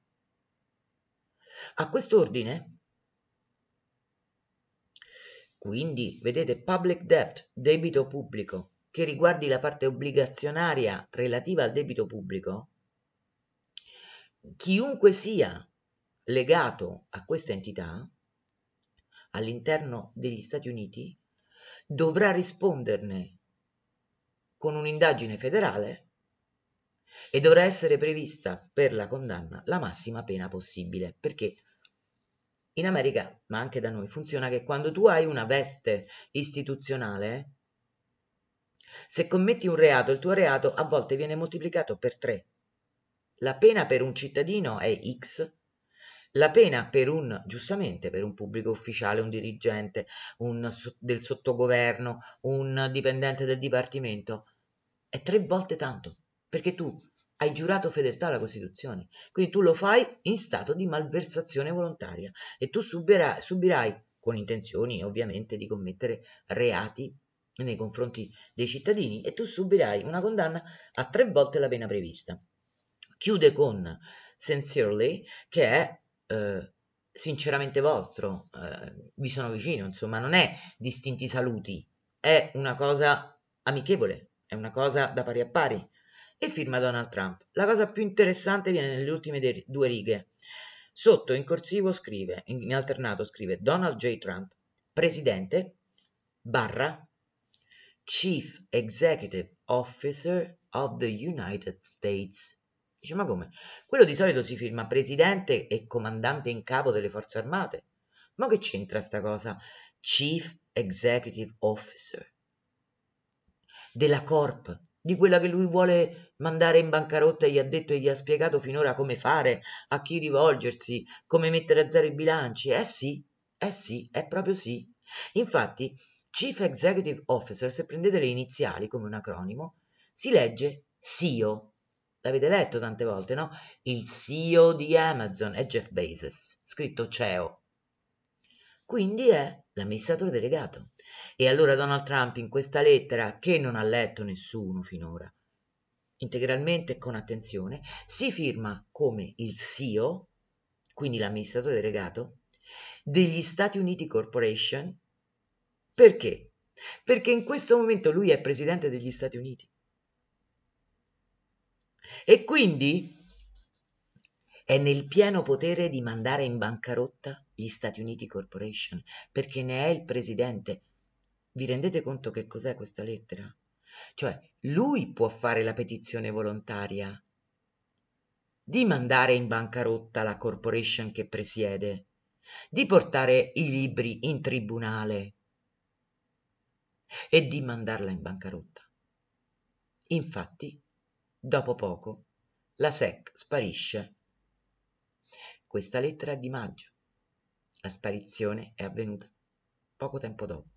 Speaker 1: a quest'ordine, quindi vedete public debt, debito pubblico, che riguardi la parte obbligazionaria relativa al debito pubblico, chiunque sia legato a questa entità all'interno degli Stati Uniti dovrà risponderne con un'indagine federale e dovrà essere prevista per la condanna la massima pena possibile, perché in America, ma anche da noi, funziona che quando tu hai una veste istituzionale, se commetti un reato, il tuo reato a volte viene moltiplicato per 3. La pena per un cittadino è X, la pena per giustamente, per un pubblico ufficiale, un dirigente, del sottogoverno, un dipendente del dipartimento, è 3 volte tanto, perché tu hai giurato fedeltà alla Costituzione, quindi tu lo fai in stato di malversazione volontaria e tu subirai con intenzioni ovviamente di commettere reati nei confronti dei cittadini e tu subirai una condanna a 3 volte la pena prevista. Chiude con Sincerely, che è sinceramente vostro, vi sono vicino, insomma, non è distinti saluti, è una cosa amichevole, è una cosa da pari a pari. E firma Donald Trump. La cosa più interessante viene nelle ultime 2 righe. Sotto in corsivo scrive, in alternato scrive Donald J. Trump, presidente barra Chief Executive Officer of the United States. Dice, ma come? Quello di solito si firma presidente e comandante in capo delle forze armate. Ma che c'entra sta cosa? Chief Executive Officer della Corp, di quella che lui vuole mandare in bancarotta e gli ha detto e gli ha spiegato finora come fare, a chi rivolgersi, come mettere a zero i bilanci. Sì, è proprio sì. Infatti, Chief Executive Officer, se prendete le iniziali come un acronimo, si legge CEO. L'avete letto tante volte, no? Il CEO di Amazon è Jeff Bezos, scritto CEO. Quindi è l'amministratore delegato. E allora Donald Trump in questa lettera, che non ha letto nessuno finora, integralmente e con attenzione, si firma come il CEO, quindi l'amministratore delegato, degli Stati Uniti Corporation. Perché? Perché in questo momento lui è presidente degli Stati Uniti. E quindi è nel pieno potere di mandare in bancarotta gli Stati Uniti Corporation, perché ne è il presidente. Vi rendete conto che cos'è questa lettera? Cioè, lui può fare la petizione volontaria di mandare in bancarotta la corporation che presiede, di portare i libri in tribunale e di mandarla in bancarotta. Infatti, dopo poco, la SEC sparisce. Questa lettera è di maggio. La sparizione è avvenuta poco tempo dopo.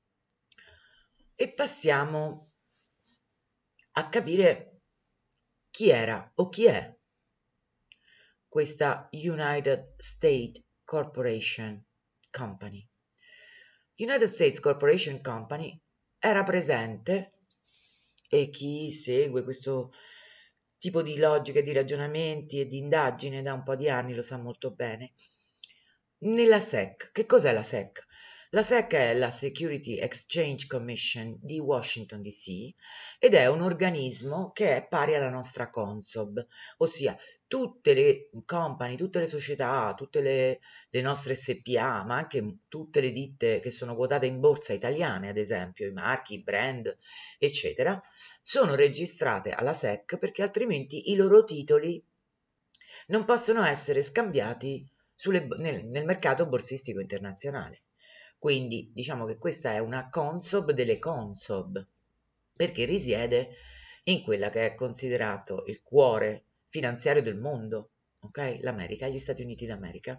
Speaker 1: E passiamo a capire chi era o chi è questa United States Corporation Company. United States Corporation Company era presente, e chi segue questo tipo di logica, di ragionamenti e di indagine da un po' di anni lo sa molto bene, nella SEC. Che cos'è la SEC? La SEC è la Security Exchange Commission di Washington DC ed è un organismo che è pari alla nostra Consob, ossia tutte le company, tutte le società, tutte le nostre SPA, ma anche tutte le ditte che sono quotate in borsa italiane, ad esempio, i marchi, i brand, eccetera, sono registrate alla SEC perché altrimenti i loro titoli non possono essere scambiati nel mercato borsistico internazionale. Quindi diciamo che questa è una Consob delle Consob, perché risiede in quella che è considerato il cuore finanziario del mondo, ok? L'America, gli Stati Uniti d'America.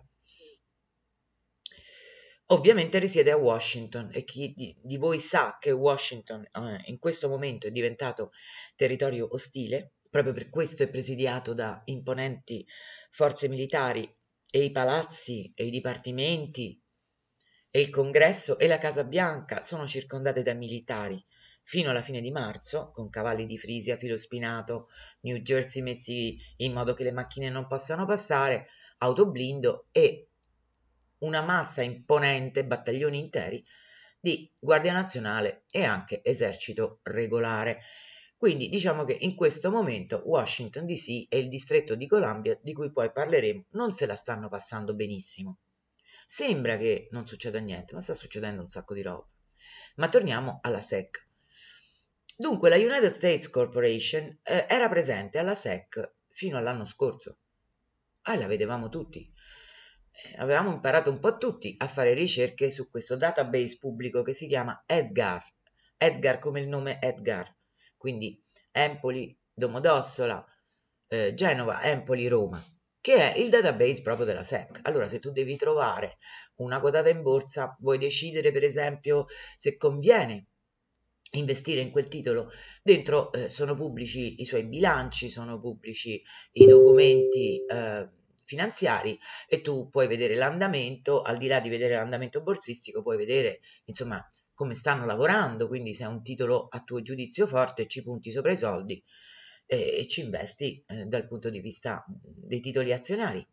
Speaker 1: Ovviamente risiede a Washington e chi di voi sa che Washington in questo momento è diventato territorio ostile, proprio per questo è presidiato da imponenti forze militari e i palazzi e i dipartimenti e il Congresso e la Casa Bianca sono circondate da militari fino alla fine di marzo, con cavalli di Frisia, filo spinato, New Jersey messi in modo che le macchine non possano passare, autoblindo e una massa imponente, battaglioni interi, di Guardia Nazionale e anche esercito regolare. Quindi diciamo che in questo momento Washington DC e il distretto di Columbia, di cui poi parleremo, non se la stanno passando benissimo. Sembra che non succeda niente, ma sta succedendo un sacco di roba. Ma torniamo alla SEC. Dunque la United States Corporation era presente alla SEC fino all'anno scorso. La vedevamo tutti. Avevamo imparato un po' tutti a fare ricerche su questo database pubblico che si chiama EDGAR. EDGAR come il nome Edgar, quindi Empoli, Domodossola, Genova, Empoli, Roma, che è il database proprio della SEC. Allora, se tu devi trovare una quotata in borsa, vuoi decidere per esempio se conviene investire in quel titolo, dentro sono pubblici i suoi bilanci, sono pubblici i documenti finanziari e tu puoi vedere l'andamento, al di là di vedere l'andamento borsistico, puoi vedere insomma come stanno lavorando, quindi se è un titolo a tuo giudizio forte ci punti sopra i soldi e ci investi dal punto di vista dei titoli azionari.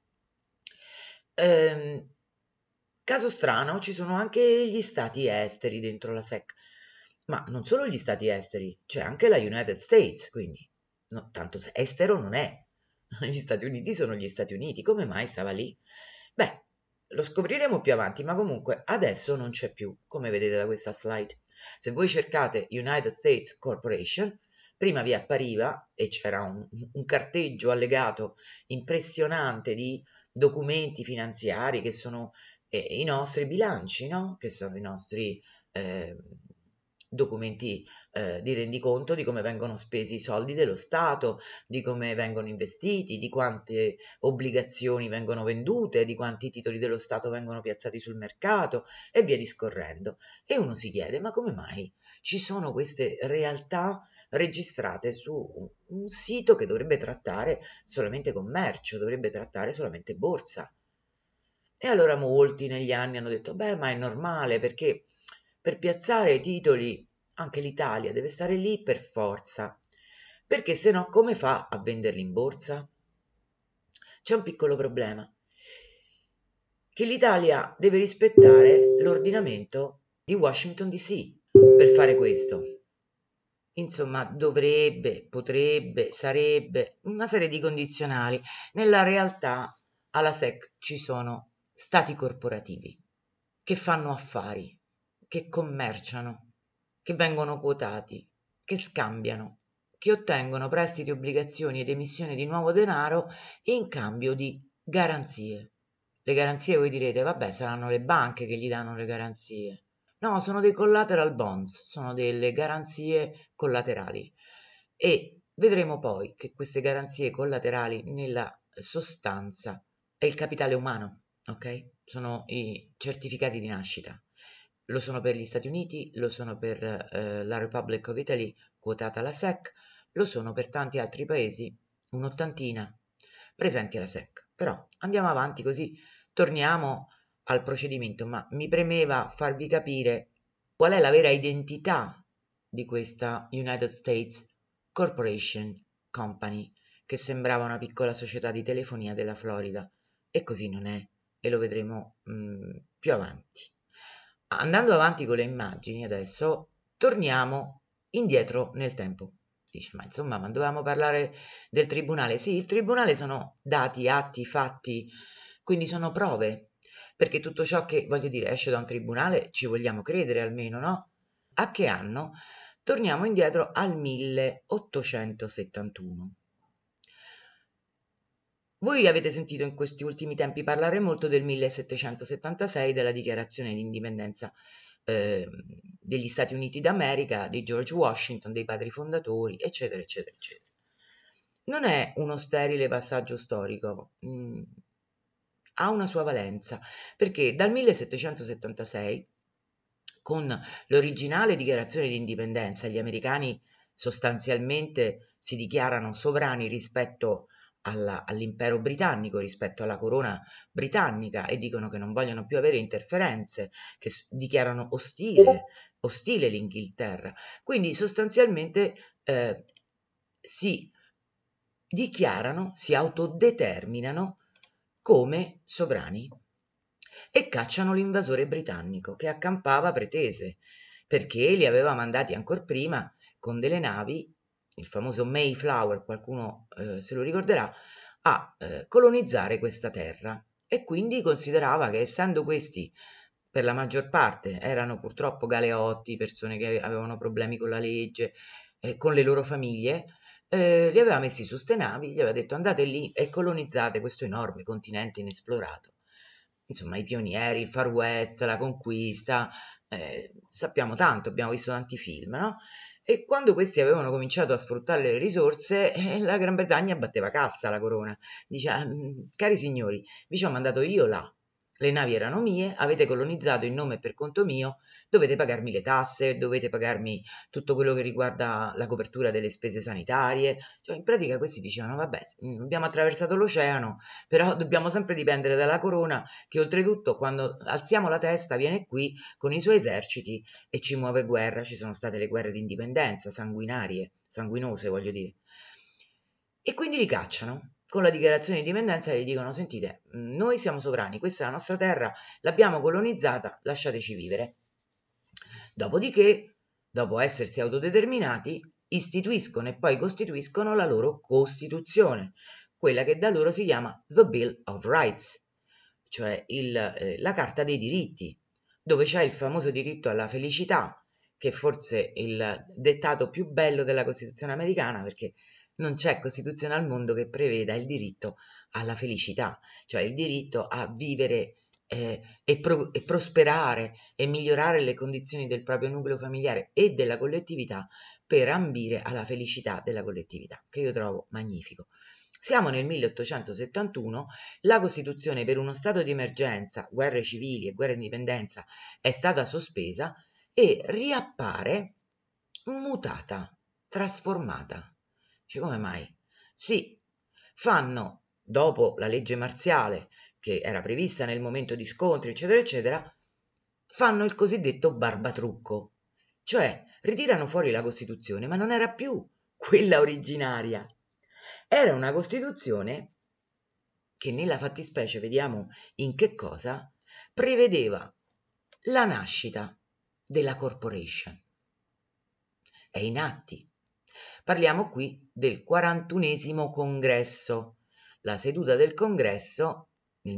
Speaker 1: Caso strano, ci sono anche gli stati esteri dentro la SEC, ma non solo gli stati esteri, c'è anche la United States, quindi tanto estero non è. Gli Stati Uniti sono gli Stati Uniti, come mai stava lì? Beh, lo scopriremo più avanti, ma comunque adesso non c'è più, come vedete da questa slide. Se voi cercate United States Corporation, prima vi appariva e c'era un carteggio allegato impressionante di documenti finanziari che sono i nostri bilanci, no? Che sono i nostri documenti di rendiconto di come vengono spesi i soldi dello Stato, di come vengono investiti, di quante obbligazioni vengono vendute, di quanti titoli dello Stato vengono piazzati sul mercato e via discorrendo. E uno si chiede, ma come mai ci sono queste realtà registrate su un sito che dovrebbe trattare solamente commercio, dovrebbe trattare solamente borsa? E allora molti negli anni hanno detto, beh, ma è normale perché per piazzare i titoli anche l'Italia deve stare lì per forza, perché se no come fa a venderli in borsa? C'è un piccolo problema, che l'Italia deve rispettare l'ordinamento di Washington DC per fare questo. Insomma, dovrebbe, potrebbe, sarebbe, una serie di condizionali. Nella realtà alla SEC ci sono stati corporativi che fanno affari, che commerciano, che vengono quotati, che scambiano, che ottengono prestiti, obbligazioni ed emissione di nuovo denaro in cambio di garanzie. Le garanzie voi direte, vabbè, saranno le banche che gli danno le garanzie. No, sono dei collateral bonds, sono delle garanzie collaterali e vedremo poi che queste garanzie collaterali nella sostanza è il capitale umano, ok? Sono i certificati di nascita. Lo sono per gli Stati Uniti, lo sono per la Republic of Italy, quotata alla SEC, lo sono per tanti altri paesi, un'ottantina, presenti alla SEC. Però andiamo avanti così torniamo al procedimento, ma mi premeva farvi capire qual è la vera identità di questa United States Corporation Company, che sembrava una piccola società di telefonia della Florida, e così non è, e lo vedremo più avanti. Andando avanti con le immagini adesso, torniamo indietro nel tempo. Dice, ma insomma, ma dovevamo parlare del tribunale? Sì, il tribunale sono dati, atti, fatti, quindi sono prove, perché tutto ciò che, voglio dire, esce da un tribunale ci vogliamo credere almeno, no? A che anno? Torniamo indietro al 1871. Voi avete sentito in questi ultimi tempi parlare molto del 1776, della dichiarazione di indipendenza degli Stati Uniti d'America, di George Washington, dei padri fondatori, eccetera, eccetera, eccetera. Non è uno sterile passaggio storico, ha una sua valenza, perché dal 1776, con l'originale dichiarazione di indipendenza, gli americani sostanzialmente si dichiarano sovrani rispetto all'impero britannico, rispetto alla corona britannica, e dicono che non vogliono più avere interferenze, che dichiarano ostile l'Inghilterra. Quindi sostanzialmente si dichiarano, si autodeterminano come sovrani e cacciano l'invasore britannico che accampava pretese, perché li aveva mandati ancor prima con delle navi, il famoso Mayflower, qualcuno se lo ricorderà, a colonizzare questa terra, e quindi considerava che, essendo questi per la maggior parte erano purtroppo galeotti, persone che avevano problemi con la legge, con le loro famiglie, li aveva messi su ste navi, gli aveva detto andate lì e colonizzate questo enorme continente inesplorato. Insomma, i pionieri, il Far West, la conquista, sappiamo tanto, abbiamo visto tanti film, no? E quando questi avevano cominciato a sfruttare le risorse, la Gran Bretagna batteva cassa alla corona. Dice, cari signori, vi ci ho mandato io là. Le navi erano mie, avete colonizzato in nome e per conto mio, dovete pagarmi le tasse, dovete pagarmi tutto quello che riguarda la copertura delle spese sanitarie. Cioè, in pratica questi dicevano, vabbè, abbiamo attraversato l'oceano, però dobbiamo sempre dipendere dalla corona, che oltretutto quando alziamo la testa viene qui con i suoi eserciti e ci muove guerra. Ci sono state le guerre di indipendenza, sanguinarie, sanguinose voglio dire. E quindi li cacciano. Con la dichiarazione di indipendenza gli dicono, sentite, noi siamo sovrani, questa è la nostra terra, l'abbiamo colonizzata, lasciateci vivere. Dopodiché, dopo essersi autodeterminati, istituiscono e poi costituiscono la loro Costituzione, quella che da loro si chiama The Bill of Rights, cioè la Carta dei diritti, dove c'è il famoso diritto alla felicità, che forse è il dettato più bello della Costituzione americana, perché non c'è Costituzione al mondo che preveda il diritto alla felicità, cioè il diritto a vivere e prosperare e migliorare le condizioni del proprio nucleo familiare e della collettività per ambire alla felicità della collettività, che io trovo magnifico. Siamo nel 1871, la Costituzione per uno stato di emergenza, guerre civili e guerra di indipendenza è stata sospesa e riappare mutata, trasformata. Dice, come mai? Sì, fanno, dopo la legge marziale, che era prevista nel momento di scontri, eccetera, eccetera, fanno il cosiddetto barbatrucco, cioè ritirano fuori la Costituzione, ma non era più quella originaria. Era una Costituzione che nella fattispecie, vediamo in che cosa, prevedeva la nascita della corporation. È in atti. Parliamo qui del 41esimo congresso, la seduta del congresso nel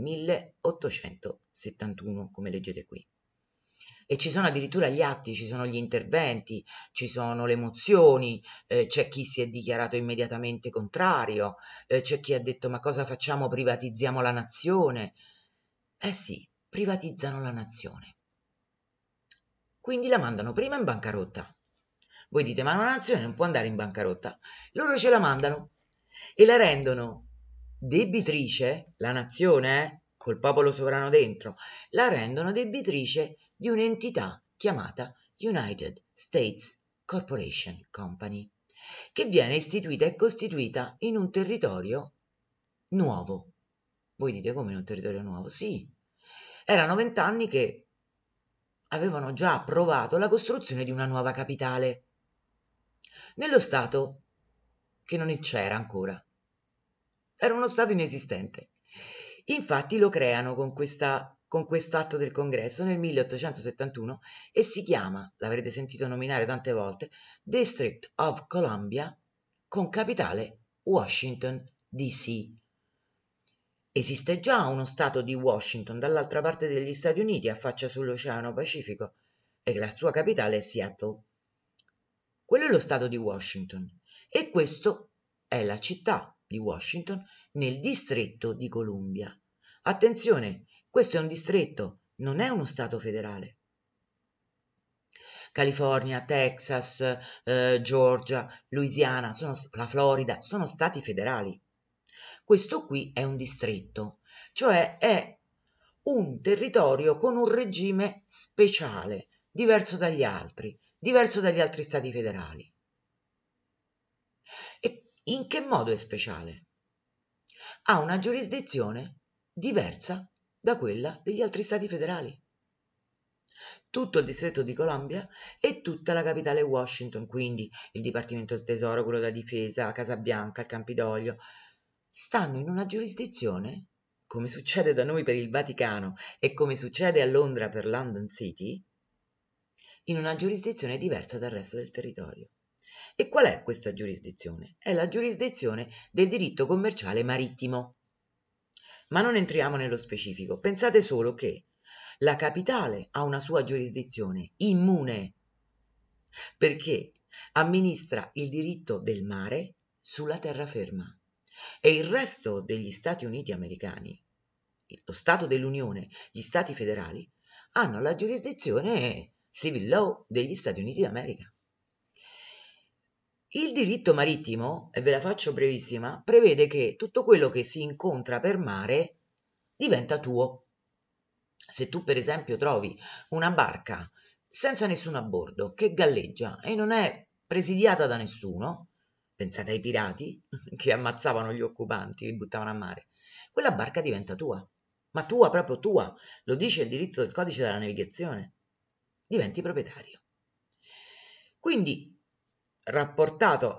Speaker 1: 1871, come leggete qui. E ci sono addirittura gli atti, ci sono gli interventi, ci sono le mozioni, c'è chi si è dichiarato immediatamente contrario, c'è chi ha detto ma cosa facciamo, privatizziamo la nazione. Eh sì, privatizzano la nazione. Quindi la mandano prima in bancarotta. Voi dite, ma una nazione non può andare in bancarotta. Loro ce la mandano e la rendono debitrice, la nazione, col popolo sovrano dentro, la rendono debitrice di un'entità chiamata United States Corporation Company, che viene istituita e costituita in un territorio nuovo. Voi dite, come in un territorio nuovo? Sì, erano 20 anni che avevano già approvato la costruzione di una nuova capitale nello stato che non c'era ancora. Era uno stato inesistente. Infatti lo creano con quest'atto del congresso nel 1871 e si chiama, l'avrete sentito nominare tante volte, District of Columbia, con capitale Washington DC. Esiste già uno stato di Washington dall'altra parte degli Stati Uniti, affaccia sull'Oceano Pacifico, e la sua capitale è Seattle. Quello è lo stato di Washington e questo è la città di Washington nel distretto di Columbia. Attenzione, questo è un distretto, non è uno stato federale. California, Texas, Georgia, Louisiana, la Florida sono stati federali. Questo qui è un distretto, cioè è un territorio con un regime speciale, diverso dagli altri stati federali. E in che modo è speciale? Ha una giurisdizione diversa da quella degli altri stati federali. Tutto il distretto di Columbia e tutta la capitale Washington, quindi il Dipartimento del Tesoro, quello della Difesa, Casa Bianca, il Campidoglio, stanno in una giurisdizione, come succede da noi per il Vaticano e come succede a Londra per London City, in una giurisdizione diversa dal resto del territorio. E qual è questa giurisdizione? È la giurisdizione del diritto commerciale marittimo. Ma non entriamo nello specifico, pensate solo che la capitale ha una sua giurisdizione immune, perché amministra il diritto del mare sulla terraferma e il resto degli Stati Uniti americani, lo Stato dell'Unione, gli Stati federali, hanno la giurisdizione civil law degli Stati Uniti d'America. Il diritto marittimo, e ve la faccio brevissima, prevede che tutto quello che si incontra per mare diventa tuo. Se tu per esempio trovi una barca senza nessuno a bordo che galleggia e non è presidiata da nessuno, pensate ai pirati che ammazzavano gli occupanti, li buttavano a mare, quella barca diventa tua, ma tua, proprio tua, lo dice il diritto del codice della navigazione, diventi proprietario. Quindi rapportato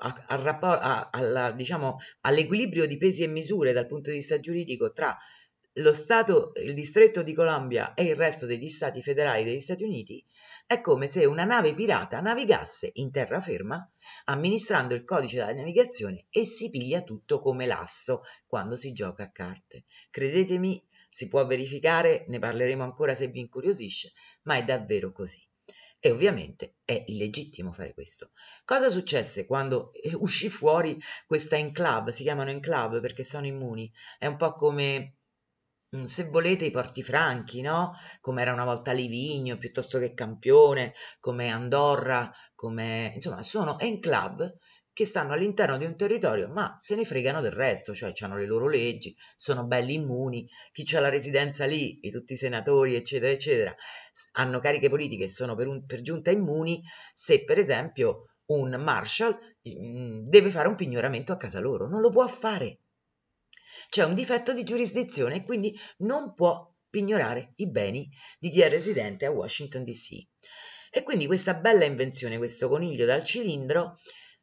Speaker 1: diciamo, all'equilibrio di pesi e misure dal punto di vista giuridico tra lo Stato, il distretto di Columbia e il resto degli stati federali degli Stati Uniti, è come se una nave pirata navigasse in terraferma amministrando il codice della navigazione e si piglia tutto come l'asso quando si gioca a carte. Credetemi, si può verificare, ne parleremo ancora se vi incuriosisce, ma è davvero così. E ovviamente è illegittimo fare questo. Cosa successe quando uscì fuori questa enclave? Si chiamano enclave perché sono immuni. È un po' come, se volete, i Porti Franchi, no? Come era una volta Livigno, piuttosto che Campione, come Andorra, come... Insomma, sono enclave che stanno all'interno di un territorio, ma se ne fregano del resto, cioè hanno le loro leggi, sono belli immuni, chi c'ha la residenza lì, e tutti i senatori, eccetera, eccetera, hanno cariche politiche e sono per giunta immuni, se per esempio un marshal deve fare un pignoramento a casa loro, non lo può fare. C'è un difetto di giurisdizione e quindi non può pignorare i beni di chi è residente a Washington DC. E quindi questa bella invenzione, questo coniglio dal cilindro,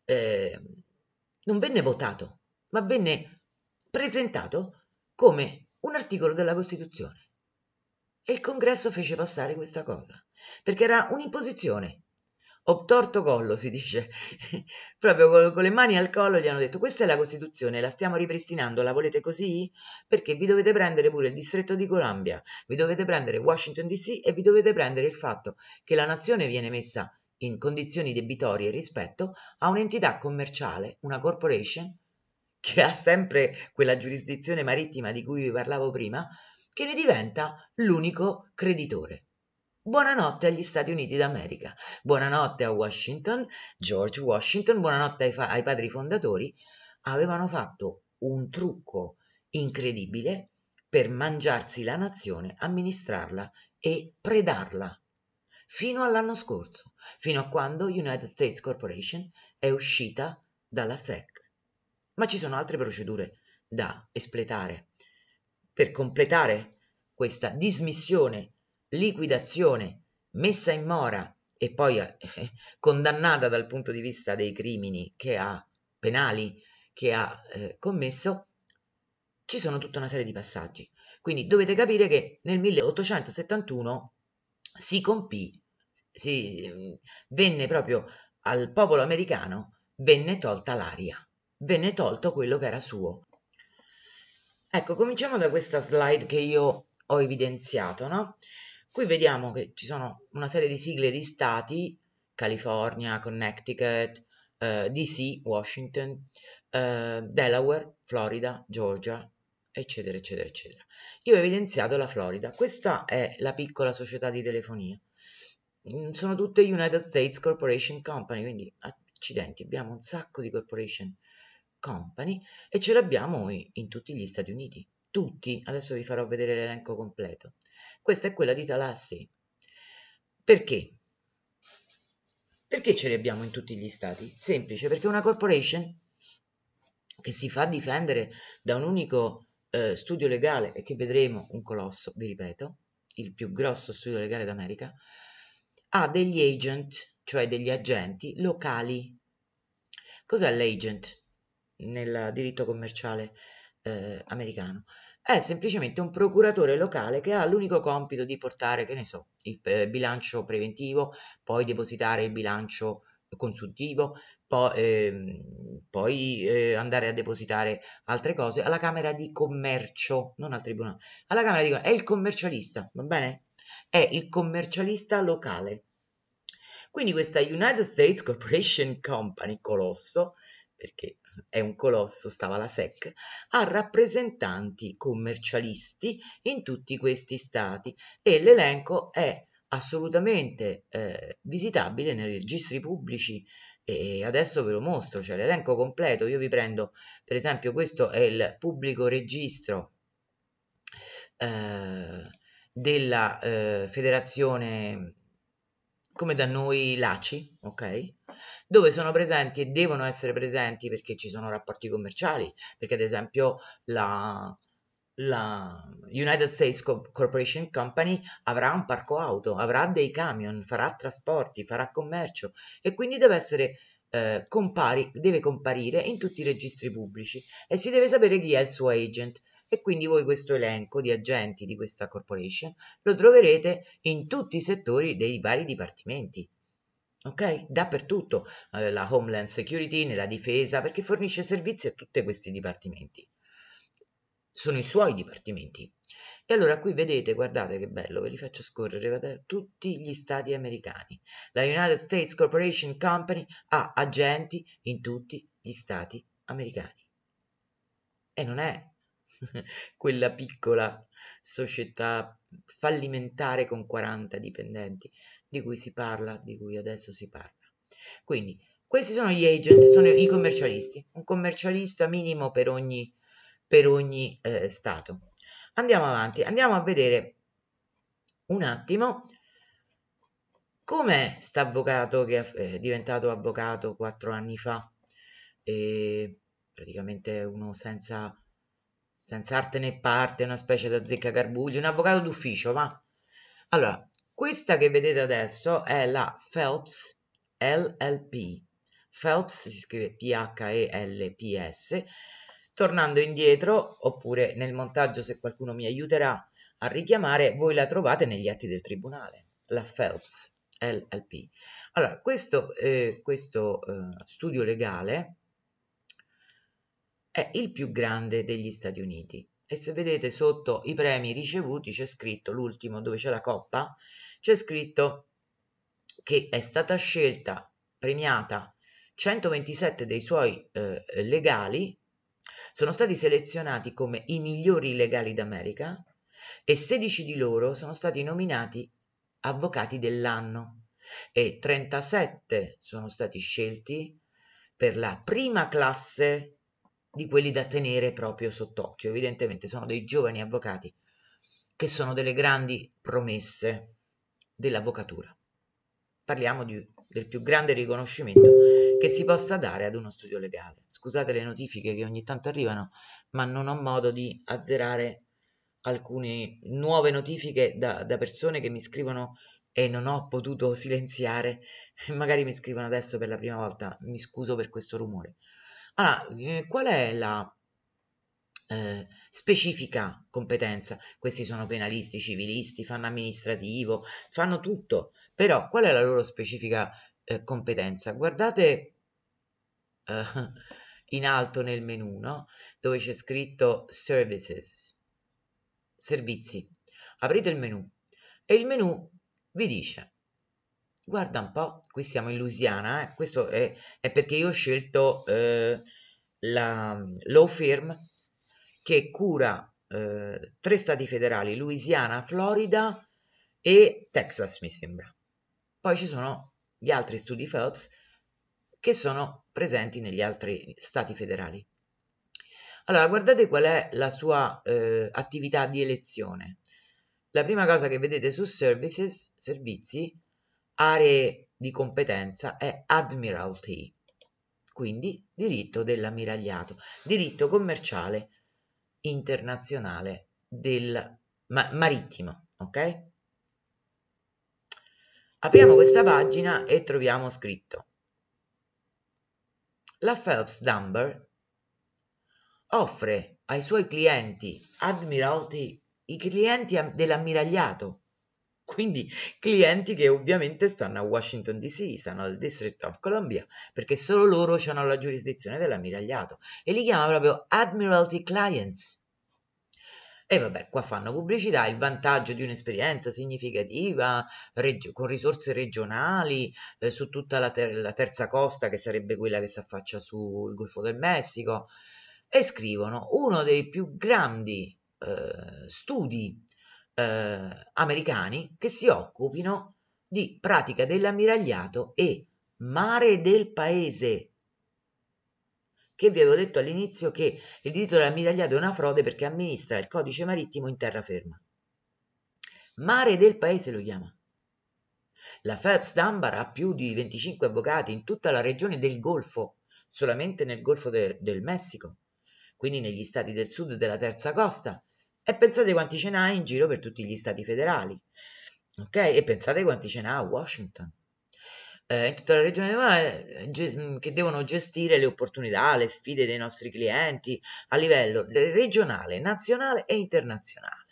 Speaker 1: non venne votato, ma venne presentato come un articolo della Costituzione. E il Congresso fece passare questa cosa, perché era un'imposizione. Obtorto collo, si dice, proprio con le mani al collo gli hanno detto questa è la Costituzione, la stiamo ripristinando, la volete così? Perché vi dovete prendere pure il distretto di Columbia, vi dovete prendere Washington DC e vi dovete prendere il fatto che la nazione viene messa in condizioni debitorie rispetto a un'entità commerciale, una corporation, che ha sempre quella giurisdizione marittima di cui vi parlavo prima, che ne diventa l'unico creditore. Buonanotte agli Stati Uniti d'America, buonanotte a Washington, George Washington, buonanotte ai padri fondatori. Avevano fatto un trucco incredibile per mangiarsi la nazione, amministrarla e predarla fino all'anno scorso, fino a quando United States Corporation è uscita dalla SEC. Ma ci sono altre procedure da espletare per completare questa dismissione, liquidazione, messa in mora e poi condannata dal punto di vista dei crimini penali che ha commesso. Ci sono tutta una serie di passaggi. Quindi dovete capire che nel 1871 si compì, venne proprio al popolo americano, venne tolta l'aria, venne tolto quello che era suo. Ecco, cominciamo da questa slide che io ho evidenziato, no? Qui vediamo che ci sono una serie di sigle di stati, California, Connecticut, DC, Washington, Delaware, Florida, Georgia, eccetera, eccetera, eccetera. Io ho evidenziato la Florida. Questa è la piccola società di telefonia. Sono tutte United States Corporation Company, quindi accidenti, abbiamo un sacco di corporation company e ce l'abbiamo in tutti gli Stati Uniti. Tutti, adesso vi farò vedere l'elenco completo. Questa è quella di Tallahassee. Perché? Perché ce li abbiamo in tutti gli stati? Semplice, perché una corporation che si fa difendere da un unico studio legale e che vedremo un colosso, vi ripeto, il più grosso studio legale d'America, ha degli agent, cioè degli agenti locali. Cos'è l'agent nel diritto commerciale americano? È semplicemente un procuratore locale che ha l'unico compito di portare, che ne so, il bilancio preventivo, poi depositare il bilancio consuntivo, poi andare a depositare altre cose alla Camera di Commercio, non al Tribunale, alla Camera di Commercio. È il commercialista, va bene? È il commercialista locale. Quindi questa United States Corporation Company, colosso, perché è un colosso, stava la SEC, ha rappresentanti commercialisti in tutti questi stati e l'elenco è assolutamente visitabile nei registri pubblici e adesso ve lo mostro, cioè l'elenco completo. Io vi prendo, per esempio, questo è il pubblico registro della federazione, come da noi l'ACI, ok? Dove sono presenti e devono essere presenti perché ci sono rapporti commerciali, perché ad esempio la United States Corporation Company avrà un parco auto, avrà dei camion, farà trasporti, farà commercio e quindi deve essere deve comparire in tutti i registri pubblici e si deve sapere chi è il suo agent e quindi voi questo elenco di agenti di questa corporation lo troverete in tutti i settori dei vari dipartimenti. Ok? Dappertutto, la Homeland Security, nella difesa, perché fornisce servizi a tutti questi dipartimenti. Sono i suoi dipartimenti. E allora qui vedete, guardate che bello, ve li faccio scorrere, guardate, tutti gli stati americani. La United States Corporation Company ha agenti in tutti gli stati americani. E non è quella piccola società fallimentare con 40 dipendenti di cui si parla, di cui adesso si parla. Quindi questi sono gli agent, sono i commercialisti, un commercialista minimo per ogni stato. Andiamo avanti, andiamo a vedere un attimo com'è st'avvocato che è diventato avvocato 4 anni fa, e praticamente uno senza arte né parte, una specie di azzeccagarbugli, un avvocato d'ufficio, va? Allora, questa che vedete adesso è la Phelps LLP. Phelps si scrive Phelps. Tornando indietro, oppure nel montaggio se qualcuno mi aiuterà a richiamare, voi la trovate negli atti del tribunale, la Phelps LLP. Allora, questo studio legale è il più grande degli Stati Uniti e se vedete sotto i premi ricevuti c'è scritto, l'ultimo dove c'è la coppa, c'è scritto che è stata scelta, premiata 127 dei suoi legali sono stati selezionati come i migliori legali d'America e 16 di loro sono stati nominati avvocati dell'anno e 37 sono stati scelti per la prima classe di quelli da tenere proprio sott'occhio. Evidentemente sono dei giovani avvocati che sono delle grandi promesse dell'avvocatura. Parliamo del più grande riconoscimento che si possa dare ad uno studio legale. Scusate le notifiche che ogni tanto arrivano, ma non ho modo di azzerare alcune nuove notifiche da persone che mi scrivono e non ho potuto silenziare, magari mi scrivono adesso per la prima volta, mi scuso per questo rumore. Allora, qual è la specifica competenza? Questi sono penalisti, civilisti, fanno amministrativo, fanno tutto, però qual è la loro specifica competenza? Guardate eh, in alto nel menu, no? Dove c'è scritto Services, servizi. Aprite il menu e il menu vi dice, guarda un po', qui siamo in Louisiana, questo è perché io ho scelto la law firm che cura 3 stati federali, Louisiana, Florida e Texas, mi sembra. Poi ci sono gli altri studi Phelps che sono presenti negli altri stati federali. Allora, guardate qual è la sua attività di elezione. La prima cosa che vedete su Services, servizi, aree di competenza è Admiralty, quindi diritto dell'ammiragliato, diritto commerciale internazionale del marittimo, ok? Apriamo questa pagina e troviamo scritto la Phelps Dunbar offre ai suoi clienti Admiralty i clienti dell'ammiragliato, quindi clienti che ovviamente stanno a Washington DC, stanno al District of Columbia, perché solo loro hanno la giurisdizione dell'ammiragliato e li chiama proprio Admiralty Clients. E vabbè, qua fanno pubblicità, il vantaggio di un'esperienza significativa con risorse regionali su tutta la terza costa, che sarebbe quella che si affaccia sul Golfo del Messico, e scrivono uno dei più grandi studi americani che si occupino di pratica dell'ammiragliato e mare del paese. Che vi avevo detto all'inizio che il diritto dell'ammiragliato è una frode perché amministra il codice marittimo in terraferma. Mare del paese lo chiama. La Phelps Dunbar ha più di 25 avvocati in tutta la regione del Golfo, solamente nel Golfo del Messico, quindi negli stati del sud della terza costa. E pensate quanti ce n'ha in giro per tutti gli stati federali, ok? E pensate quanti ce n'ha a Washington. In tutta la regione che devono gestire le opportunità, le sfide dei nostri clienti a livello regionale, nazionale e internazionale.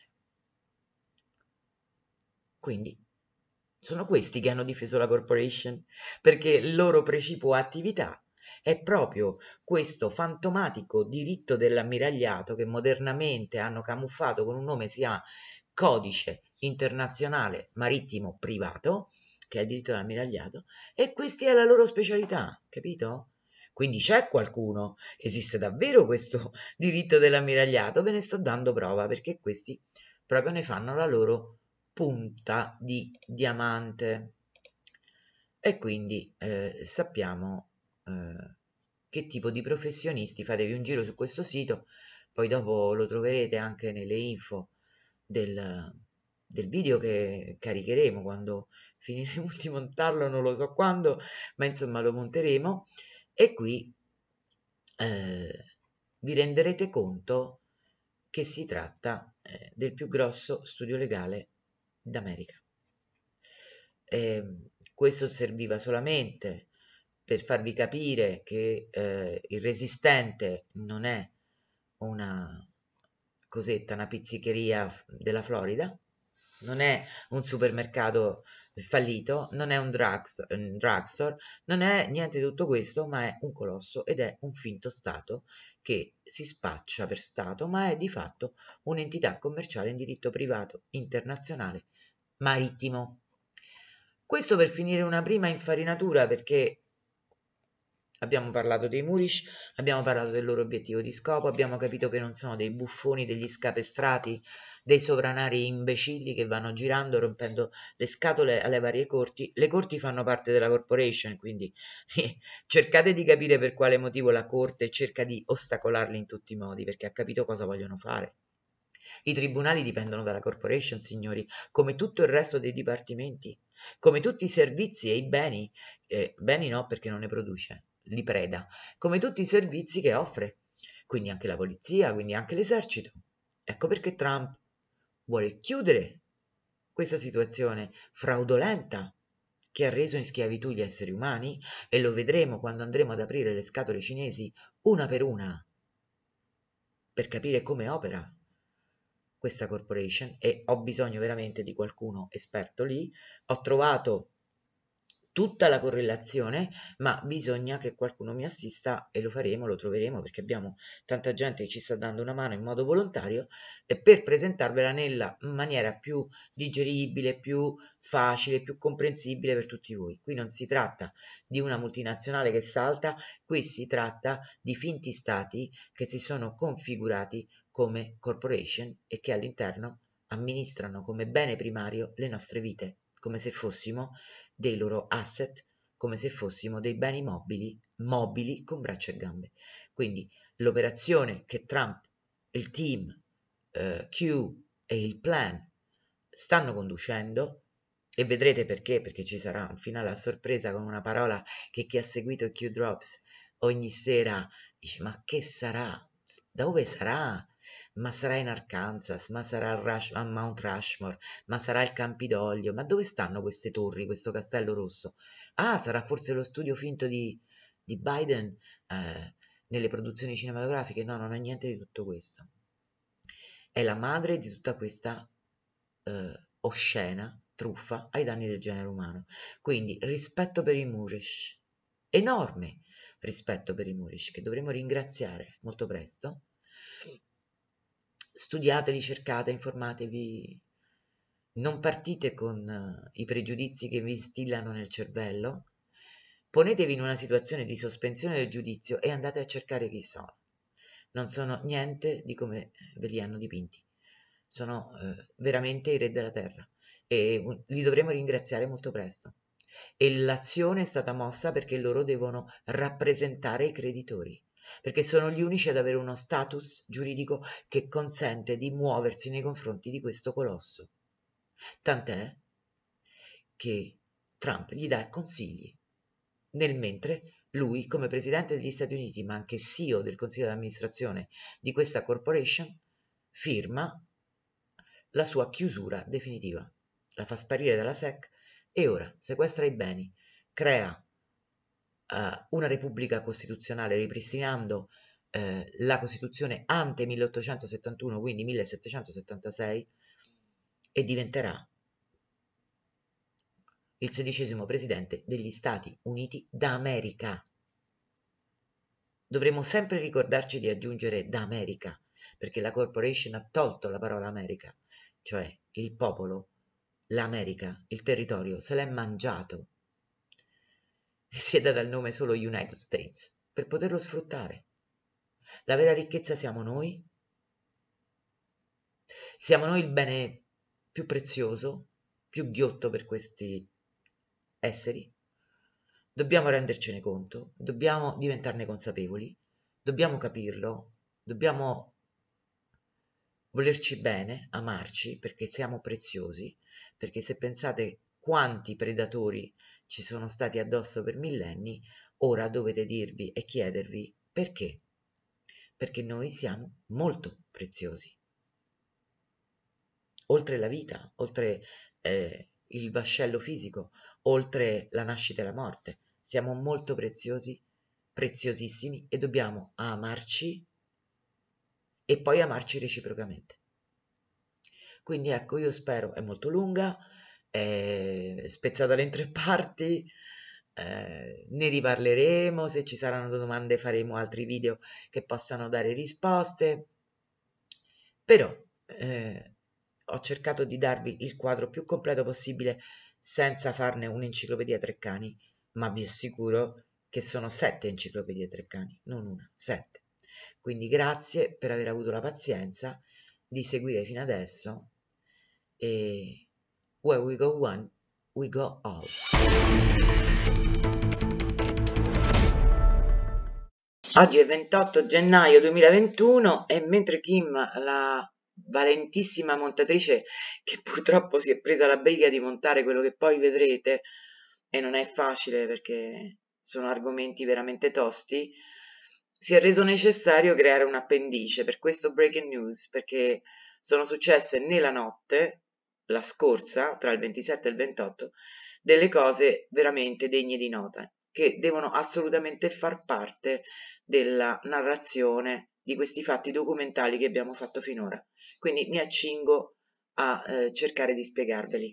Speaker 1: Quindi sono questi che hanno difeso la corporation, perché il loro precipuo attività è proprio questo fantomatico diritto dell'ammiragliato che modernamente hanno camuffato con un nome sia Codice Internazionale Marittimo Privato, che è il diritto dell'ammiragliato, e questa è la loro specialità, capito? Quindi c'è qualcuno, esiste davvero questo diritto dell'ammiragliato, ve ne sto dando prova perché questi proprio ne fanno la loro punta di diamante. E quindi sappiamo che tipo di professionisti. Fatevi un giro su questo sito, poi dopo lo troverete anche nelle info del video che caricheremo quando finiremo di montarlo, non lo so quando, ma insomma lo monteremo, e qui vi renderete conto che si tratta del più grosso studio legale d'America. Questo serviva solamente per farvi capire che il resistente non è una cosetta, una pizzicheria della Florida, non è un supermercato fallito, non è un drugstore, non è niente di tutto questo, ma è un colosso ed è un finto Stato che si spaccia per Stato, ma è di fatto un'entità commerciale in diritto privato internazionale marittimo. Questo per finire una prima infarinatura, perché abbiamo parlato dei Moorish, abbiamo parlato del loro obiettivo di scopo, abbiamo capito che non sono dei buffoni, degli scapestrati, dei sovranari imbecilli che vanno girando rompendo le scatole alle varie corti. Le corti fanno parte della corporation, quindi cercate di capire per quale motivo la corte cerca di ostacolarli in tutti i modi, perché ha capito cosa vogliono fare. I tribunali dipendono dalla corporation, signori, come tutto il resto dei dipartimenti, come tutti i servizi e i beni, beni no perché non ne produce, li preda, come tutti i servizi che offre, quindi anche la polizia, quindi anche l'esercito. Ecco perché Trump vuole chiudere questa situazione fraudolenta che ha reso in schiavitù gli esseri umani, e lo vedremo quando andremo ad aprire le scatole cinesi una per una per capire come opera questa corporation, e ho bisogno veramente di qualcuno esperto lì. Ho trovato tutta la correlazione, ma bisogna che qualcuno mi assista, e lo faremo, lo troveremo, perché abbiamo tanta gente che ci sta dando una mano in modo volontario, per presentarvela nella maniera più digeribile, più facile, più comprensibile per tutti voi. Qui non si tratta di una multinazionale che salta, qui si tratta di finti stati che si sono configurati come corporation e che all'interno amministrano come bene primario le nostre vite, come se fossimo dei loro asset, come se fossimo dei beni mobili con braccia e gambe. Quindi l'operazione che Trump, il team, Q e il plan stanno conducendo, e vedrete perché ci sarà un finale a sorpresa con una parola che chi ha seguito Q Drops ogni sera dice: ma che sarà? Da dove sarà? Ma sarà in Arkansas, ma sarà a Mount Rushmore, ma sarà il Campidoglio, ma dove stanno queste torri, questo castello rosso? Ah, sarà forse lo studio finto di Biden nelle produzioni cinematografiche? No, non è niente di tutto questo. È la madre di tutta questa oscena truffa ai danni del genere umano. Quindi rispetto per i Moorish, enorme rispetto per i Moorish, che dovremo ringraziare molto presto. studiateli, cercate, informatevi, non partite con i pregiudizi che vi instillano nel cervello, ponetevi in una situazione di sospensione del giudizio e andate a cercare chi sono. Non sono niente di come ve li hanno dipinti, sono veramente i re della terra e li dovremo ringraziare molto presto. E l'azione è stata mossa perché loro devono rappresentare i creditori, perché sono gli unici ad avere uno status giuridico che consente di muoversi nei confronti di questo colosso. Tant'è che Trump gli dà consigli, nel mentre lui, come presidente degli Stati Uniti, ma anche CEO del consiglio di amministrazione di questa corporation, firma la sua chiusura definitiva, la fa sparire dalla SEC e ora sequestra i beni, crea una repubblica costituzionale ripristinando la Costituzione ante 1871, quindi 1776, e diventerà il 16° presidente degli Stati Uniti d'America. Dovremo sempre ricordarci di aggiungere d'America, perché la corporation ha tolto la parola America, cioè il popolo, l'America, il territorio, se l'è mangiato e si è data il nome solo United States per poterlo sfruttare. La vera ricchezza siamo noi il bene più prezioso, più ghiotto per questi esseri. Dobbiamo rendercene conto, dobbiamo diventarne consapevoli, dobbiamo capirlo, dobbiamo volerci bene, amarci, perché siamo preziosi, perché se pensate quanti predatori ci sono stati addosso per millenni, ora dovete dirvi e chiedervi perché. Perché noi siamo molto preziosi. Oltre la vita, oltre il vascello fisico, oltre la nascita e la morte, siamo molto preziosi, preziosissimi e dobbiamo amarci e poi amarci reciprocamente. Quindi ecco, io spero, è molto lunga, è spezzata in 3 parti, ne riparleremo, se ci saranno domande faremo altri video che possano dare risposte, però ho cercato di darvi il quadro più completo possibile senza farne un'enciclopedia Treccani, ma vi assicuro che sono 7 enciclopedie Treccani, non una, 7. Quindi grazie per aver avuto la pazienza di seguire fino adesso e where we go one, we go all. Oggi è 28 gennaio 2021 e mentre Kim, la valentissima montatrice che purtroppo si è presa la briga di montare quello che poi vedrete, e non è facile perché sono argomenti veramente tosti, si è reso necessario creare un appendice per questo breaking news, perché sono successe nella notte, la scorsa, tra il 27 e il 28, delle cose veramente degne di nota, che devono assolutamente far parte della narrazione di questi fatti documentali che abbiamo fatto finora. Quindi mi accingo a cercare di spiegarveli.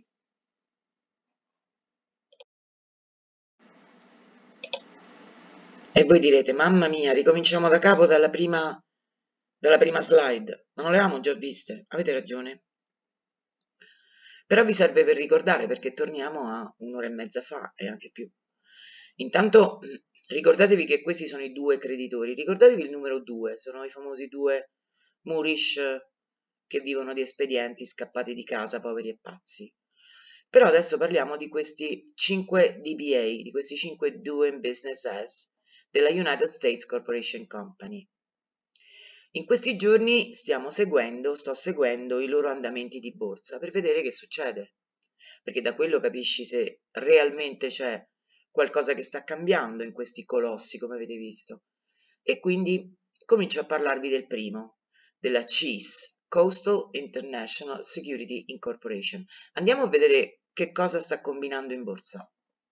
Speaker 1: E voi direte, mamma mia, ricominciamo da capo dalla prima slide, ma non le avevamo già viste? Avete ragione. Però vi serve per ricordare perché torniamo a un'ora e mezza fa e anche più. Intanto ricordatevi che questi sono i 2 creditori, ricordatevi il numero 2, sono i famosi 2 Moorish che vivono di espedienti, scappati di casa, poveri e pazzi. Però adesso parliamo di questi 5 DBA, di questi 5 Doing Business As della United States Corporation Company. In questi giorni sto seguendo i loro andamenti di borsa per vedere che succede, perché da quello capisci se realmente c'è qualcosa che sta cambiando in questi colossi, come avete visto. E quindi comincio a parlarvi del primo, della CIS, Coastal International Security Incorporation. Andiamo a vedere che cosa sta combinando in borsa.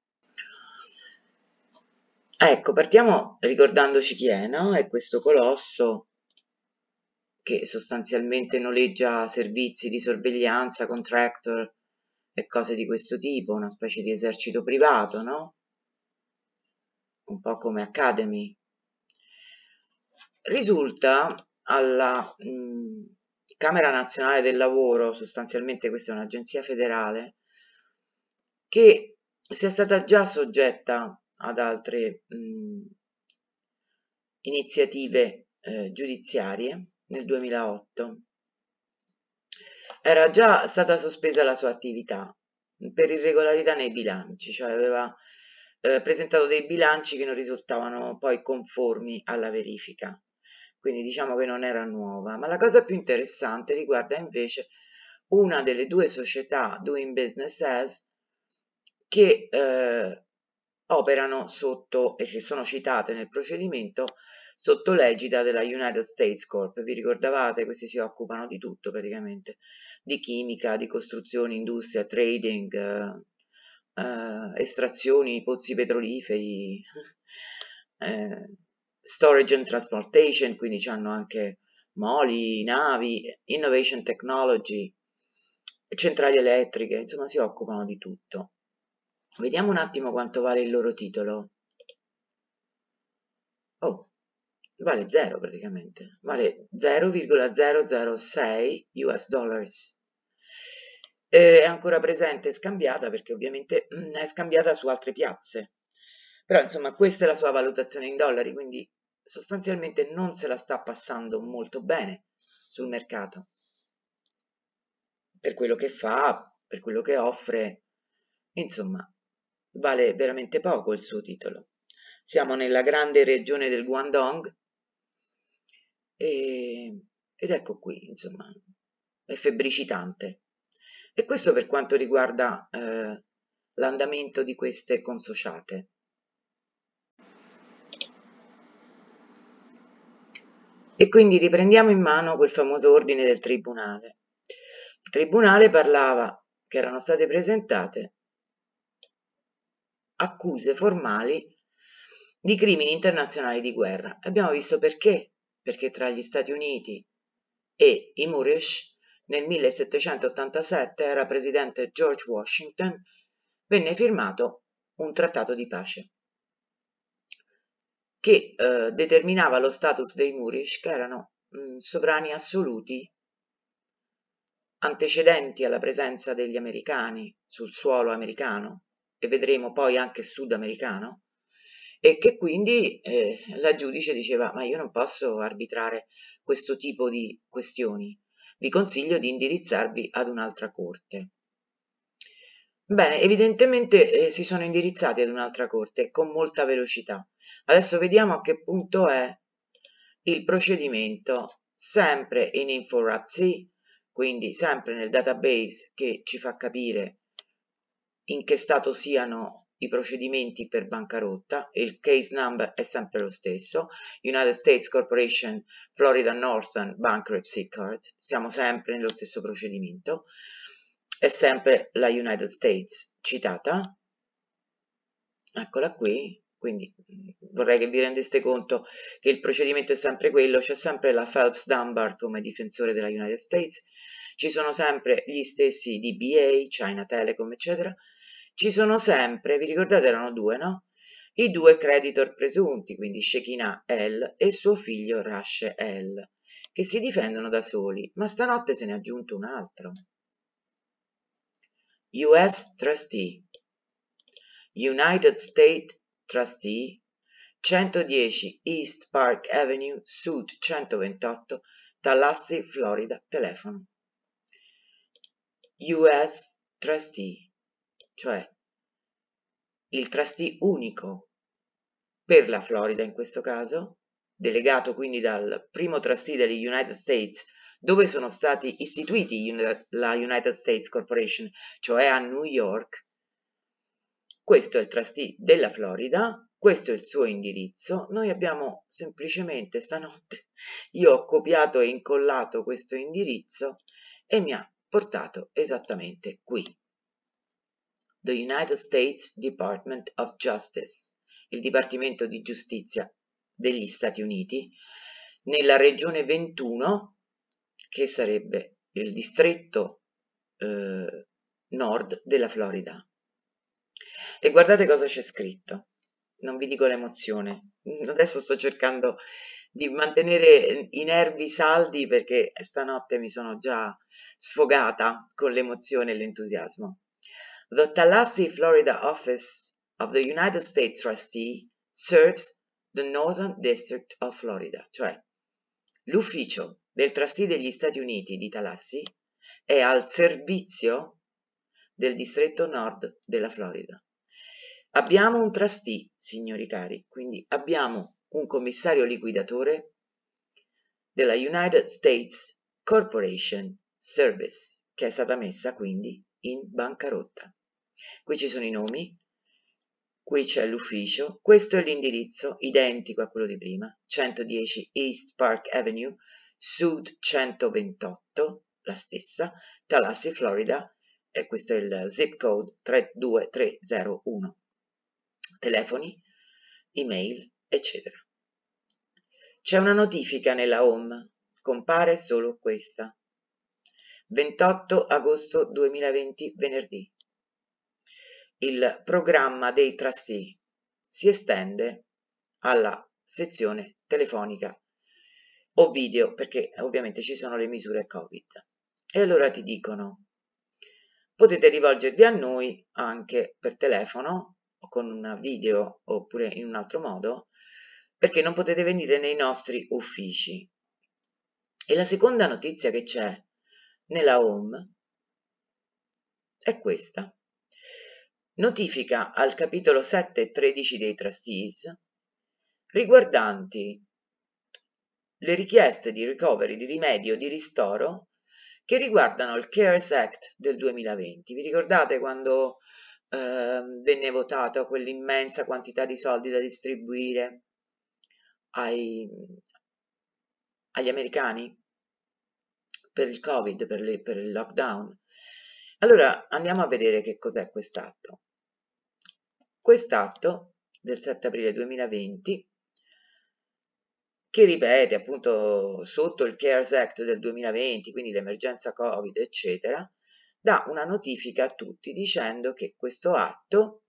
Speaker 1: Ecco, partiamo ricordandoci chi è, no? È questo colosso che sostanzialmente noleggia servizi di sorveglianza, contractor e cose di questo tipo, una specie di esercito privato, no? Un po' come Academy. Risulta Camera Nazionale del Lavoro, sostanzialmente questa è un'agenzia federale, che sia stata già soggetta ad altre iniziative giudiziarie nel 2008. Era già stata sospesa la sua attività per irregolarità nei bilanci, cioè aveva presentato dei bilanci che non risultavano poi conformi alla verifica. Quindi diciamo che non era nuova, ma la cosa più interessante riguarda invece una delle due società doing business as che operano sotto e che sono citate nel procedimento sotto l'egida della United States Corp. Vi ricordavate? Questi si occupano di tutto praticamente, di chimica, di costruzioni, industria, trading, estrazioni, pozzi petroliferi, storage and transportation, quindi hanno anche moli, navi, innovation technology, centrali elettriche, insomma si occupano di tutto. Vediamo un attimo quanto vale il loro titolo. Oh, vale 0 praticamente, vale 0,006 US dollars. È ancora presente e scambiata perché ovviamente è scambiata su altre piazze. Però insomma questa è la sua valutazione in dollari, quindi sostanzialmente non se la sta passando molto bene sul mercato. Per quello che fa, per quello che offre, insomma, vale veramente poco il suo titolo. Siamo nella grande regione del Guangdong ed ecco qui, insomma, è febbricitante. E questo per quanto riguarda l'andamento di queste consociate. E quindi riprendiamo in mano quel famoso ordine del tribunale. Il tribunale parlava che erano state presentate accuse formali di crimini internazionali di guerra. Abbiamo visto perché, perché tra gli Stati Uniti e i Moorish nel 1787 era presidente George Washington, venne firmato un trattato di pace che determinava lo status dei Moorish, che erano sovrani assoluti antecedenti alla presenza degli americani sul suolo americano e vedremo poi anche sudamericano, e che quindi la giudice diceva: ma io non posso arbitrare questo tipo di questioni, vi consiglio di indirizzarvi ad un'altra corte. Bene, evidentemente si sono indirizzati ad un'altra corte con molta velocità. Adesso vediamo a che punto è il procedimento, sempre in InfoRapC, quindi sempre nel database che ci fa capire in che stato siano i procedimenti per bancarotta. Il case number è sempre lo stesso, United States Corporation Florida Northern Bankruptcy Court, siamo sempre nello stesso procedimento, è sempre la United States citata, eccola qui. Quindi vorrei che vi rendeste conto che il procedimento è sempre quello, c'è sempre la Phelps Dunbar come difensore della United States, ci sono sempre gli stessi DBA, China Telecom, eccetera, ci sono sempre, vi ricordate erano due, no? I due creditor presunti, quindi Shekinah L e suo figlio Rashe L, che si difendono da soli, ma stanotte se ne è aggiunto un altro. US Trustee, United States Trustee, 110 East Park Avenue, Sud 128, Tallahassee, Florida, telefono. US Trustee, cioè il trustee unico per la Florida in questo caso, delegato quindi dal primo trustee degli United States, dove sono stati istituiti la United States Corporation, cioè a New York. Questo è il trustee della Florida, questo è il suo indirizzo. Noi abbiamo semplicemente stanotte, io ho copiato e incollato questo indirizzo e mi ha portato esattamente qui. The United States Department of Justice, il Dipartimento di Giustizia degli Stati Uniti, nella regione 21, che sarebbe il distretto nord della Florida. E guardate cosa c'è scritto. Non vi dico l'emozione. Adesso sto cercando di mantenere i nervi saldi perché stanotte mi sono già sfogata con l'emozione e l'entusiasmo. The Tallahassee, Florida office of the United States Trustee serves the Northern District of Florida, cioè l'ufficio del trustee degli Stati Uniti di Tallahassee è al servizio del distretto nord della Florida. Abbiamo un trustee, signori cari, quindi abbiamo un commissario liquidatore della United States Corporation Service, che è stata messa quindi in bancarotta. Qui ci sono i nomi, qui c'è l'ufficio, questo è l'indirizzo, identico a quello di prima, 110 East Park Avenue, Sud 128, la stessa, Tallahassee, Florida, e questo è il zip code 32301. Telefoni, email, eccetera. C'è una notifica nella home, compare solo questa. 28 agosto 2020, venerdì. Il programma dei trustee si estende alla sezione telefonica o video, perché ovviamente ci sono le misure Covid. E allora ti dicono: potete rivolgervi a noi anche per telefono o con una video oppure in un altro modo, perché non potete venire nei nostri uffici. E la seconda notizia che c'è nella home è questa. Notifica al capitolo 7 e 13 dei trustees riguardanti le richieste di recovery, di rimedio, di ristoro che riguardano il CARES Act del 2020. Vi ricordate quando venne votata quell'immensa quantità di soldi da distribuire agli americani per il Covid, per il lockdown? Allora andiamo a vedere che cos'è quest'atto. Quest'atto del 7 aprile 2020, che ripete appunto sotto il CARES Act del 2020, quindi l'emergenza Covid, eccetera, dà una notifica a tutti dicendo che questo atto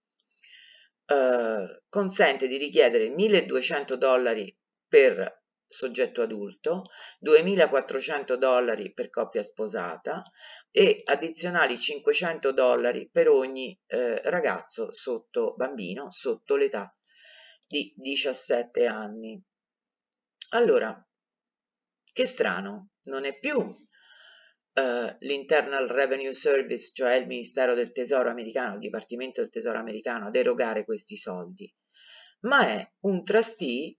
Speaker 1: consente di richiedere $1.200 per soggetto adulto, $2.400 per coppia sposata e addizionali $500 per ogni ragazzo bambino sotto l'età di 17 anni. Allora, che strano, non è più l'Internal Revenue Service, cioè il Ministero del Tesoro americano, il Dipartimento del Tesoro americano, ad erogare questi soldi, ma è un trustee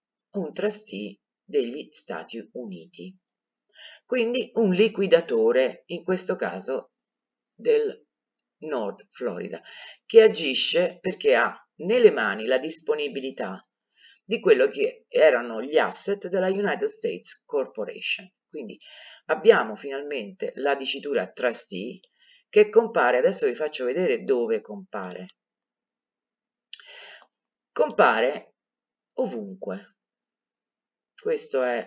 Speaker 1: degli Stati Uniti, quindi un liquidatore, in questo caso del North Florida, che agisce perché ha nelle mani la disponibilità di quello che erano gli asset della United States Corporation. Quindi abbiamo finalmente la dicitura trustee che compare, adesso vi faccio vedere dove compare. Compare ovunque. Questo è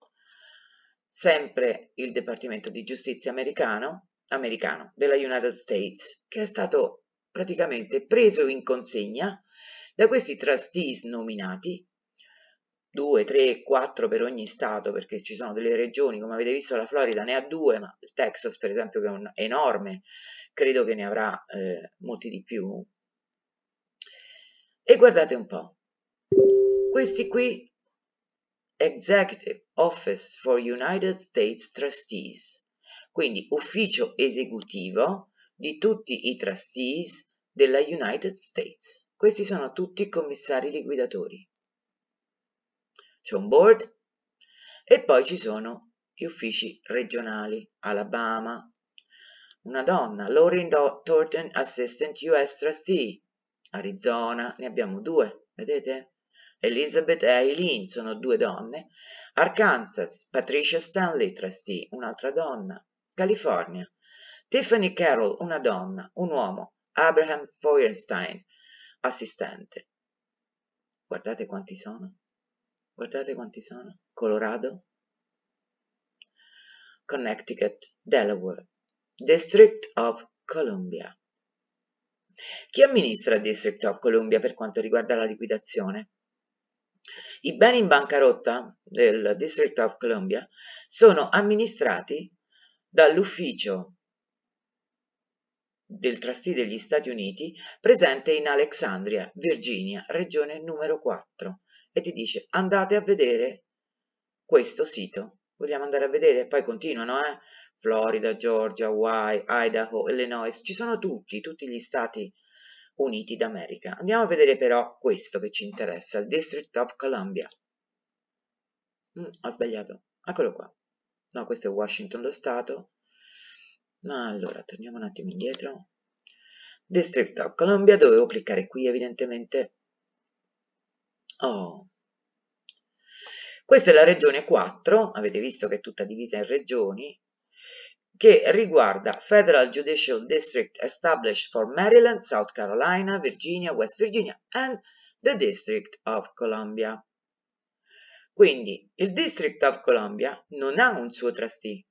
Speaker 1: sempre il Dipartimento di Giustizia americano della United States, che è stato praticamente preso in consegna da questi trustees nominati, 2, 3, 4 per ogni stato, perché ci sono delle regioni, come avete visto la Florida ne ha 2, ma il Texas per esempio, che è enorme, credo che ne avrà molti di più. E guardate un po', questi qui, Executive Office for United States Trustees, quindi ufficio esecutivo di tutti i trustees della United States. Questi sono tutti commissari liquidatori. C'è un board e poi ci sono gli uffici regionali. Alabama, una donna, Lauren Thornton, Assistant US Trustee. Arizona, ne abbiamo 2, vedete? Elizabeth e Eileen sono 2 donne. Arkansas, Patricia Stanley, Trustee, un'altra donna. California, Tiffany Carroll, una donna, un uomo. Abraham Feuerstein, assistente. Guardate quanti sono. Guardate quanti sono. Colorado, Connecticut, Delaware, District of Columbia. Chi amministra il District of Columbia per quanto riguarda la liquidazione? I beni in bancarotta del District of Columbia sono amministrati dall'ufficio del trustee degli Stati Uniti presente in Alexandria, Virginia, regione numero 4, e ti dice andate a vedere questo sito. Vogliamo andare a vedere? Poi continuano, Florida, Georgia, Hawaii, Idaho, Illinois, ci sono tutti gli Stati Uniti d'America. Andiamo a vedere però questo che ci interessa, il District of Columbia. Ho sbagliato, eccolo qua. No, questo è Washington lo Stato. Ma allora, torniamo un attimo indietro. District of Columbia, dovevo cliccare qui evidentemente. Oh. Questa è la regione 4, avete visto che è tutta divisa in regioni, che riguarda Federal Judicial District established for Maryland, South Carolina, Virginia, West Virginia and the District of Columbia. Quindi il District of Columbia non ha un suo trustee.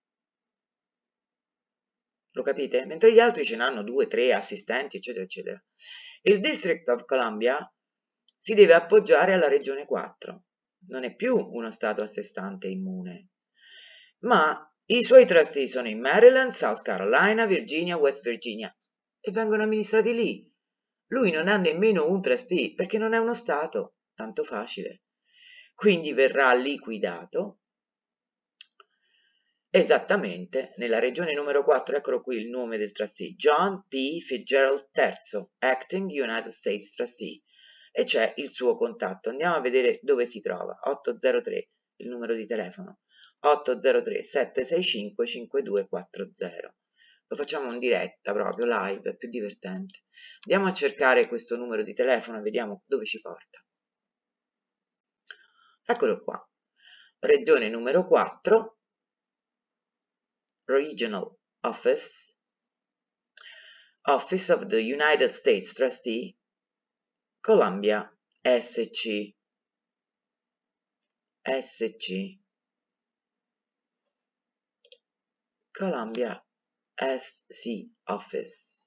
Speaker 1: Lo capite? Mentre gli altri ce n'hanno 2, 3 assistenti, eccetera, eccetera. Il District of Columbia si deve appoggiare alla regione 4. Non è più uno stato a sé stante immune, ma i suoi trustee sono in Maryland, South Carolina, Virginia, West Virginia e vengono amministrati lì. Lui non ha nemmeno un trustee perché non è uno stato, tanto facile. Quindi verrà liquidato esattamente nella regione numero 4, eccolo qui il nome del trustee, John P. Fitzgerald III, Acting United States Trustee, e c'è il suo contatto. Andiamo a vedere dove si trova. 803, il numero di telefono, 803 765 5240. Lo facciamo in diretta proprio, live, è più divertente. Andiamo a cercare questo numero di telefono e vediamo dove ci porta. Eccolo qua, regione numero 4, Regional Office of the United States Trustee, Columbia SC. Columbia SC Office.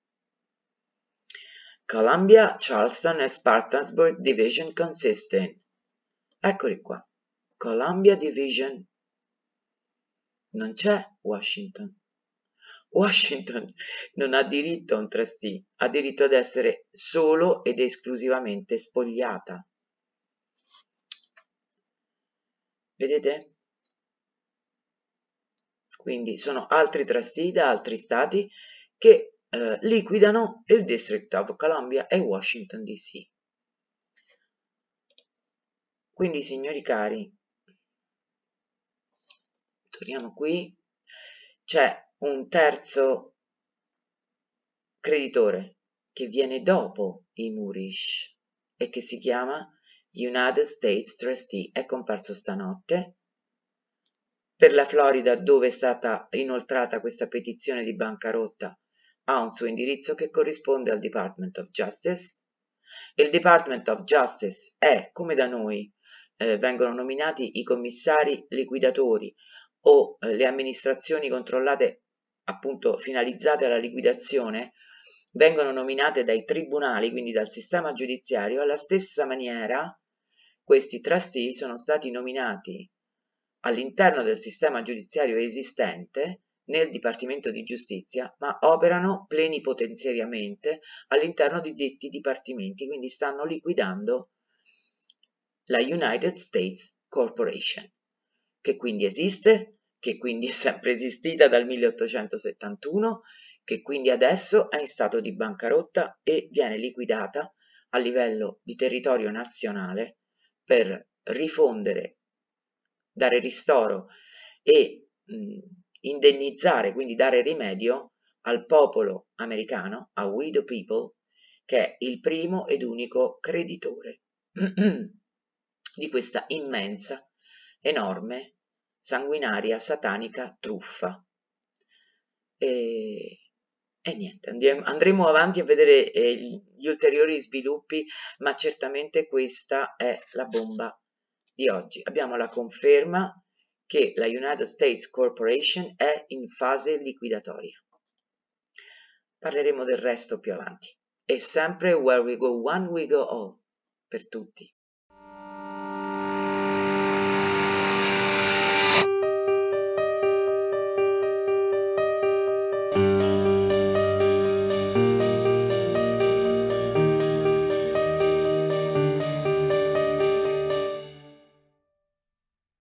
Speaker 1: Columbia, Charleston e Spartansburg Division consisting. Eccoli qua. Columbia Division. Non c'è Washington. Washington non ha diritto a un trustee, ha diritto ad essere solo ed esclusivamente spogliata. Vedete? Quindi sono altri trustee da altri stati che liquidano il District of Columbia e Washington DC. Quindi, signori cari, torniamo qui, c'è un terzo creditore che viene dopo i Murish e che si chiama United States Trustee, è comparso stanotte. Per la Florida, dove è stata inoltrata questa petizione di bancarotta, ha un suo indirizzo che corrisponde al Department of Justice. Il Department of Justice è, come da noi, vengono nominati i commissari liquidatori o le amministrazioni controllate, appunto finalizzate alla liquidazione, vengono nominate dai tribunali, quindi dal sistema giudiziario. Alla stessa maniera questi trustee sono stati nominati all'interno del sistema giudiziario esistente nel Dipartimento di Giustizia, ma operano plenipotenziariamente all'interno di detti dipartimenti, quindi stanno liquidando la United States Corporation, che quindi esiste, che quindi è sempre esistita dal 1871, che quindi adesso è in stato di bancarotta e viene liquidata a livello di territorio nazionale per rifondere, dare ristoro e indennizzare, quindi dare rimedio al popolo americano, a we the people, che è il primo ed unico creditore di questa immensa, enorme, sanguinaria, satanica truffa. E niente, andremo avanti a vedere gli ulteriori sviluppi, ma certamente questa è la bomba di oggi. Abbiamo la conferma che la United States Corporation è in fase liquidatoria. Parleremo del resto più avanti. E sempre where we go one, we go all, per tutti.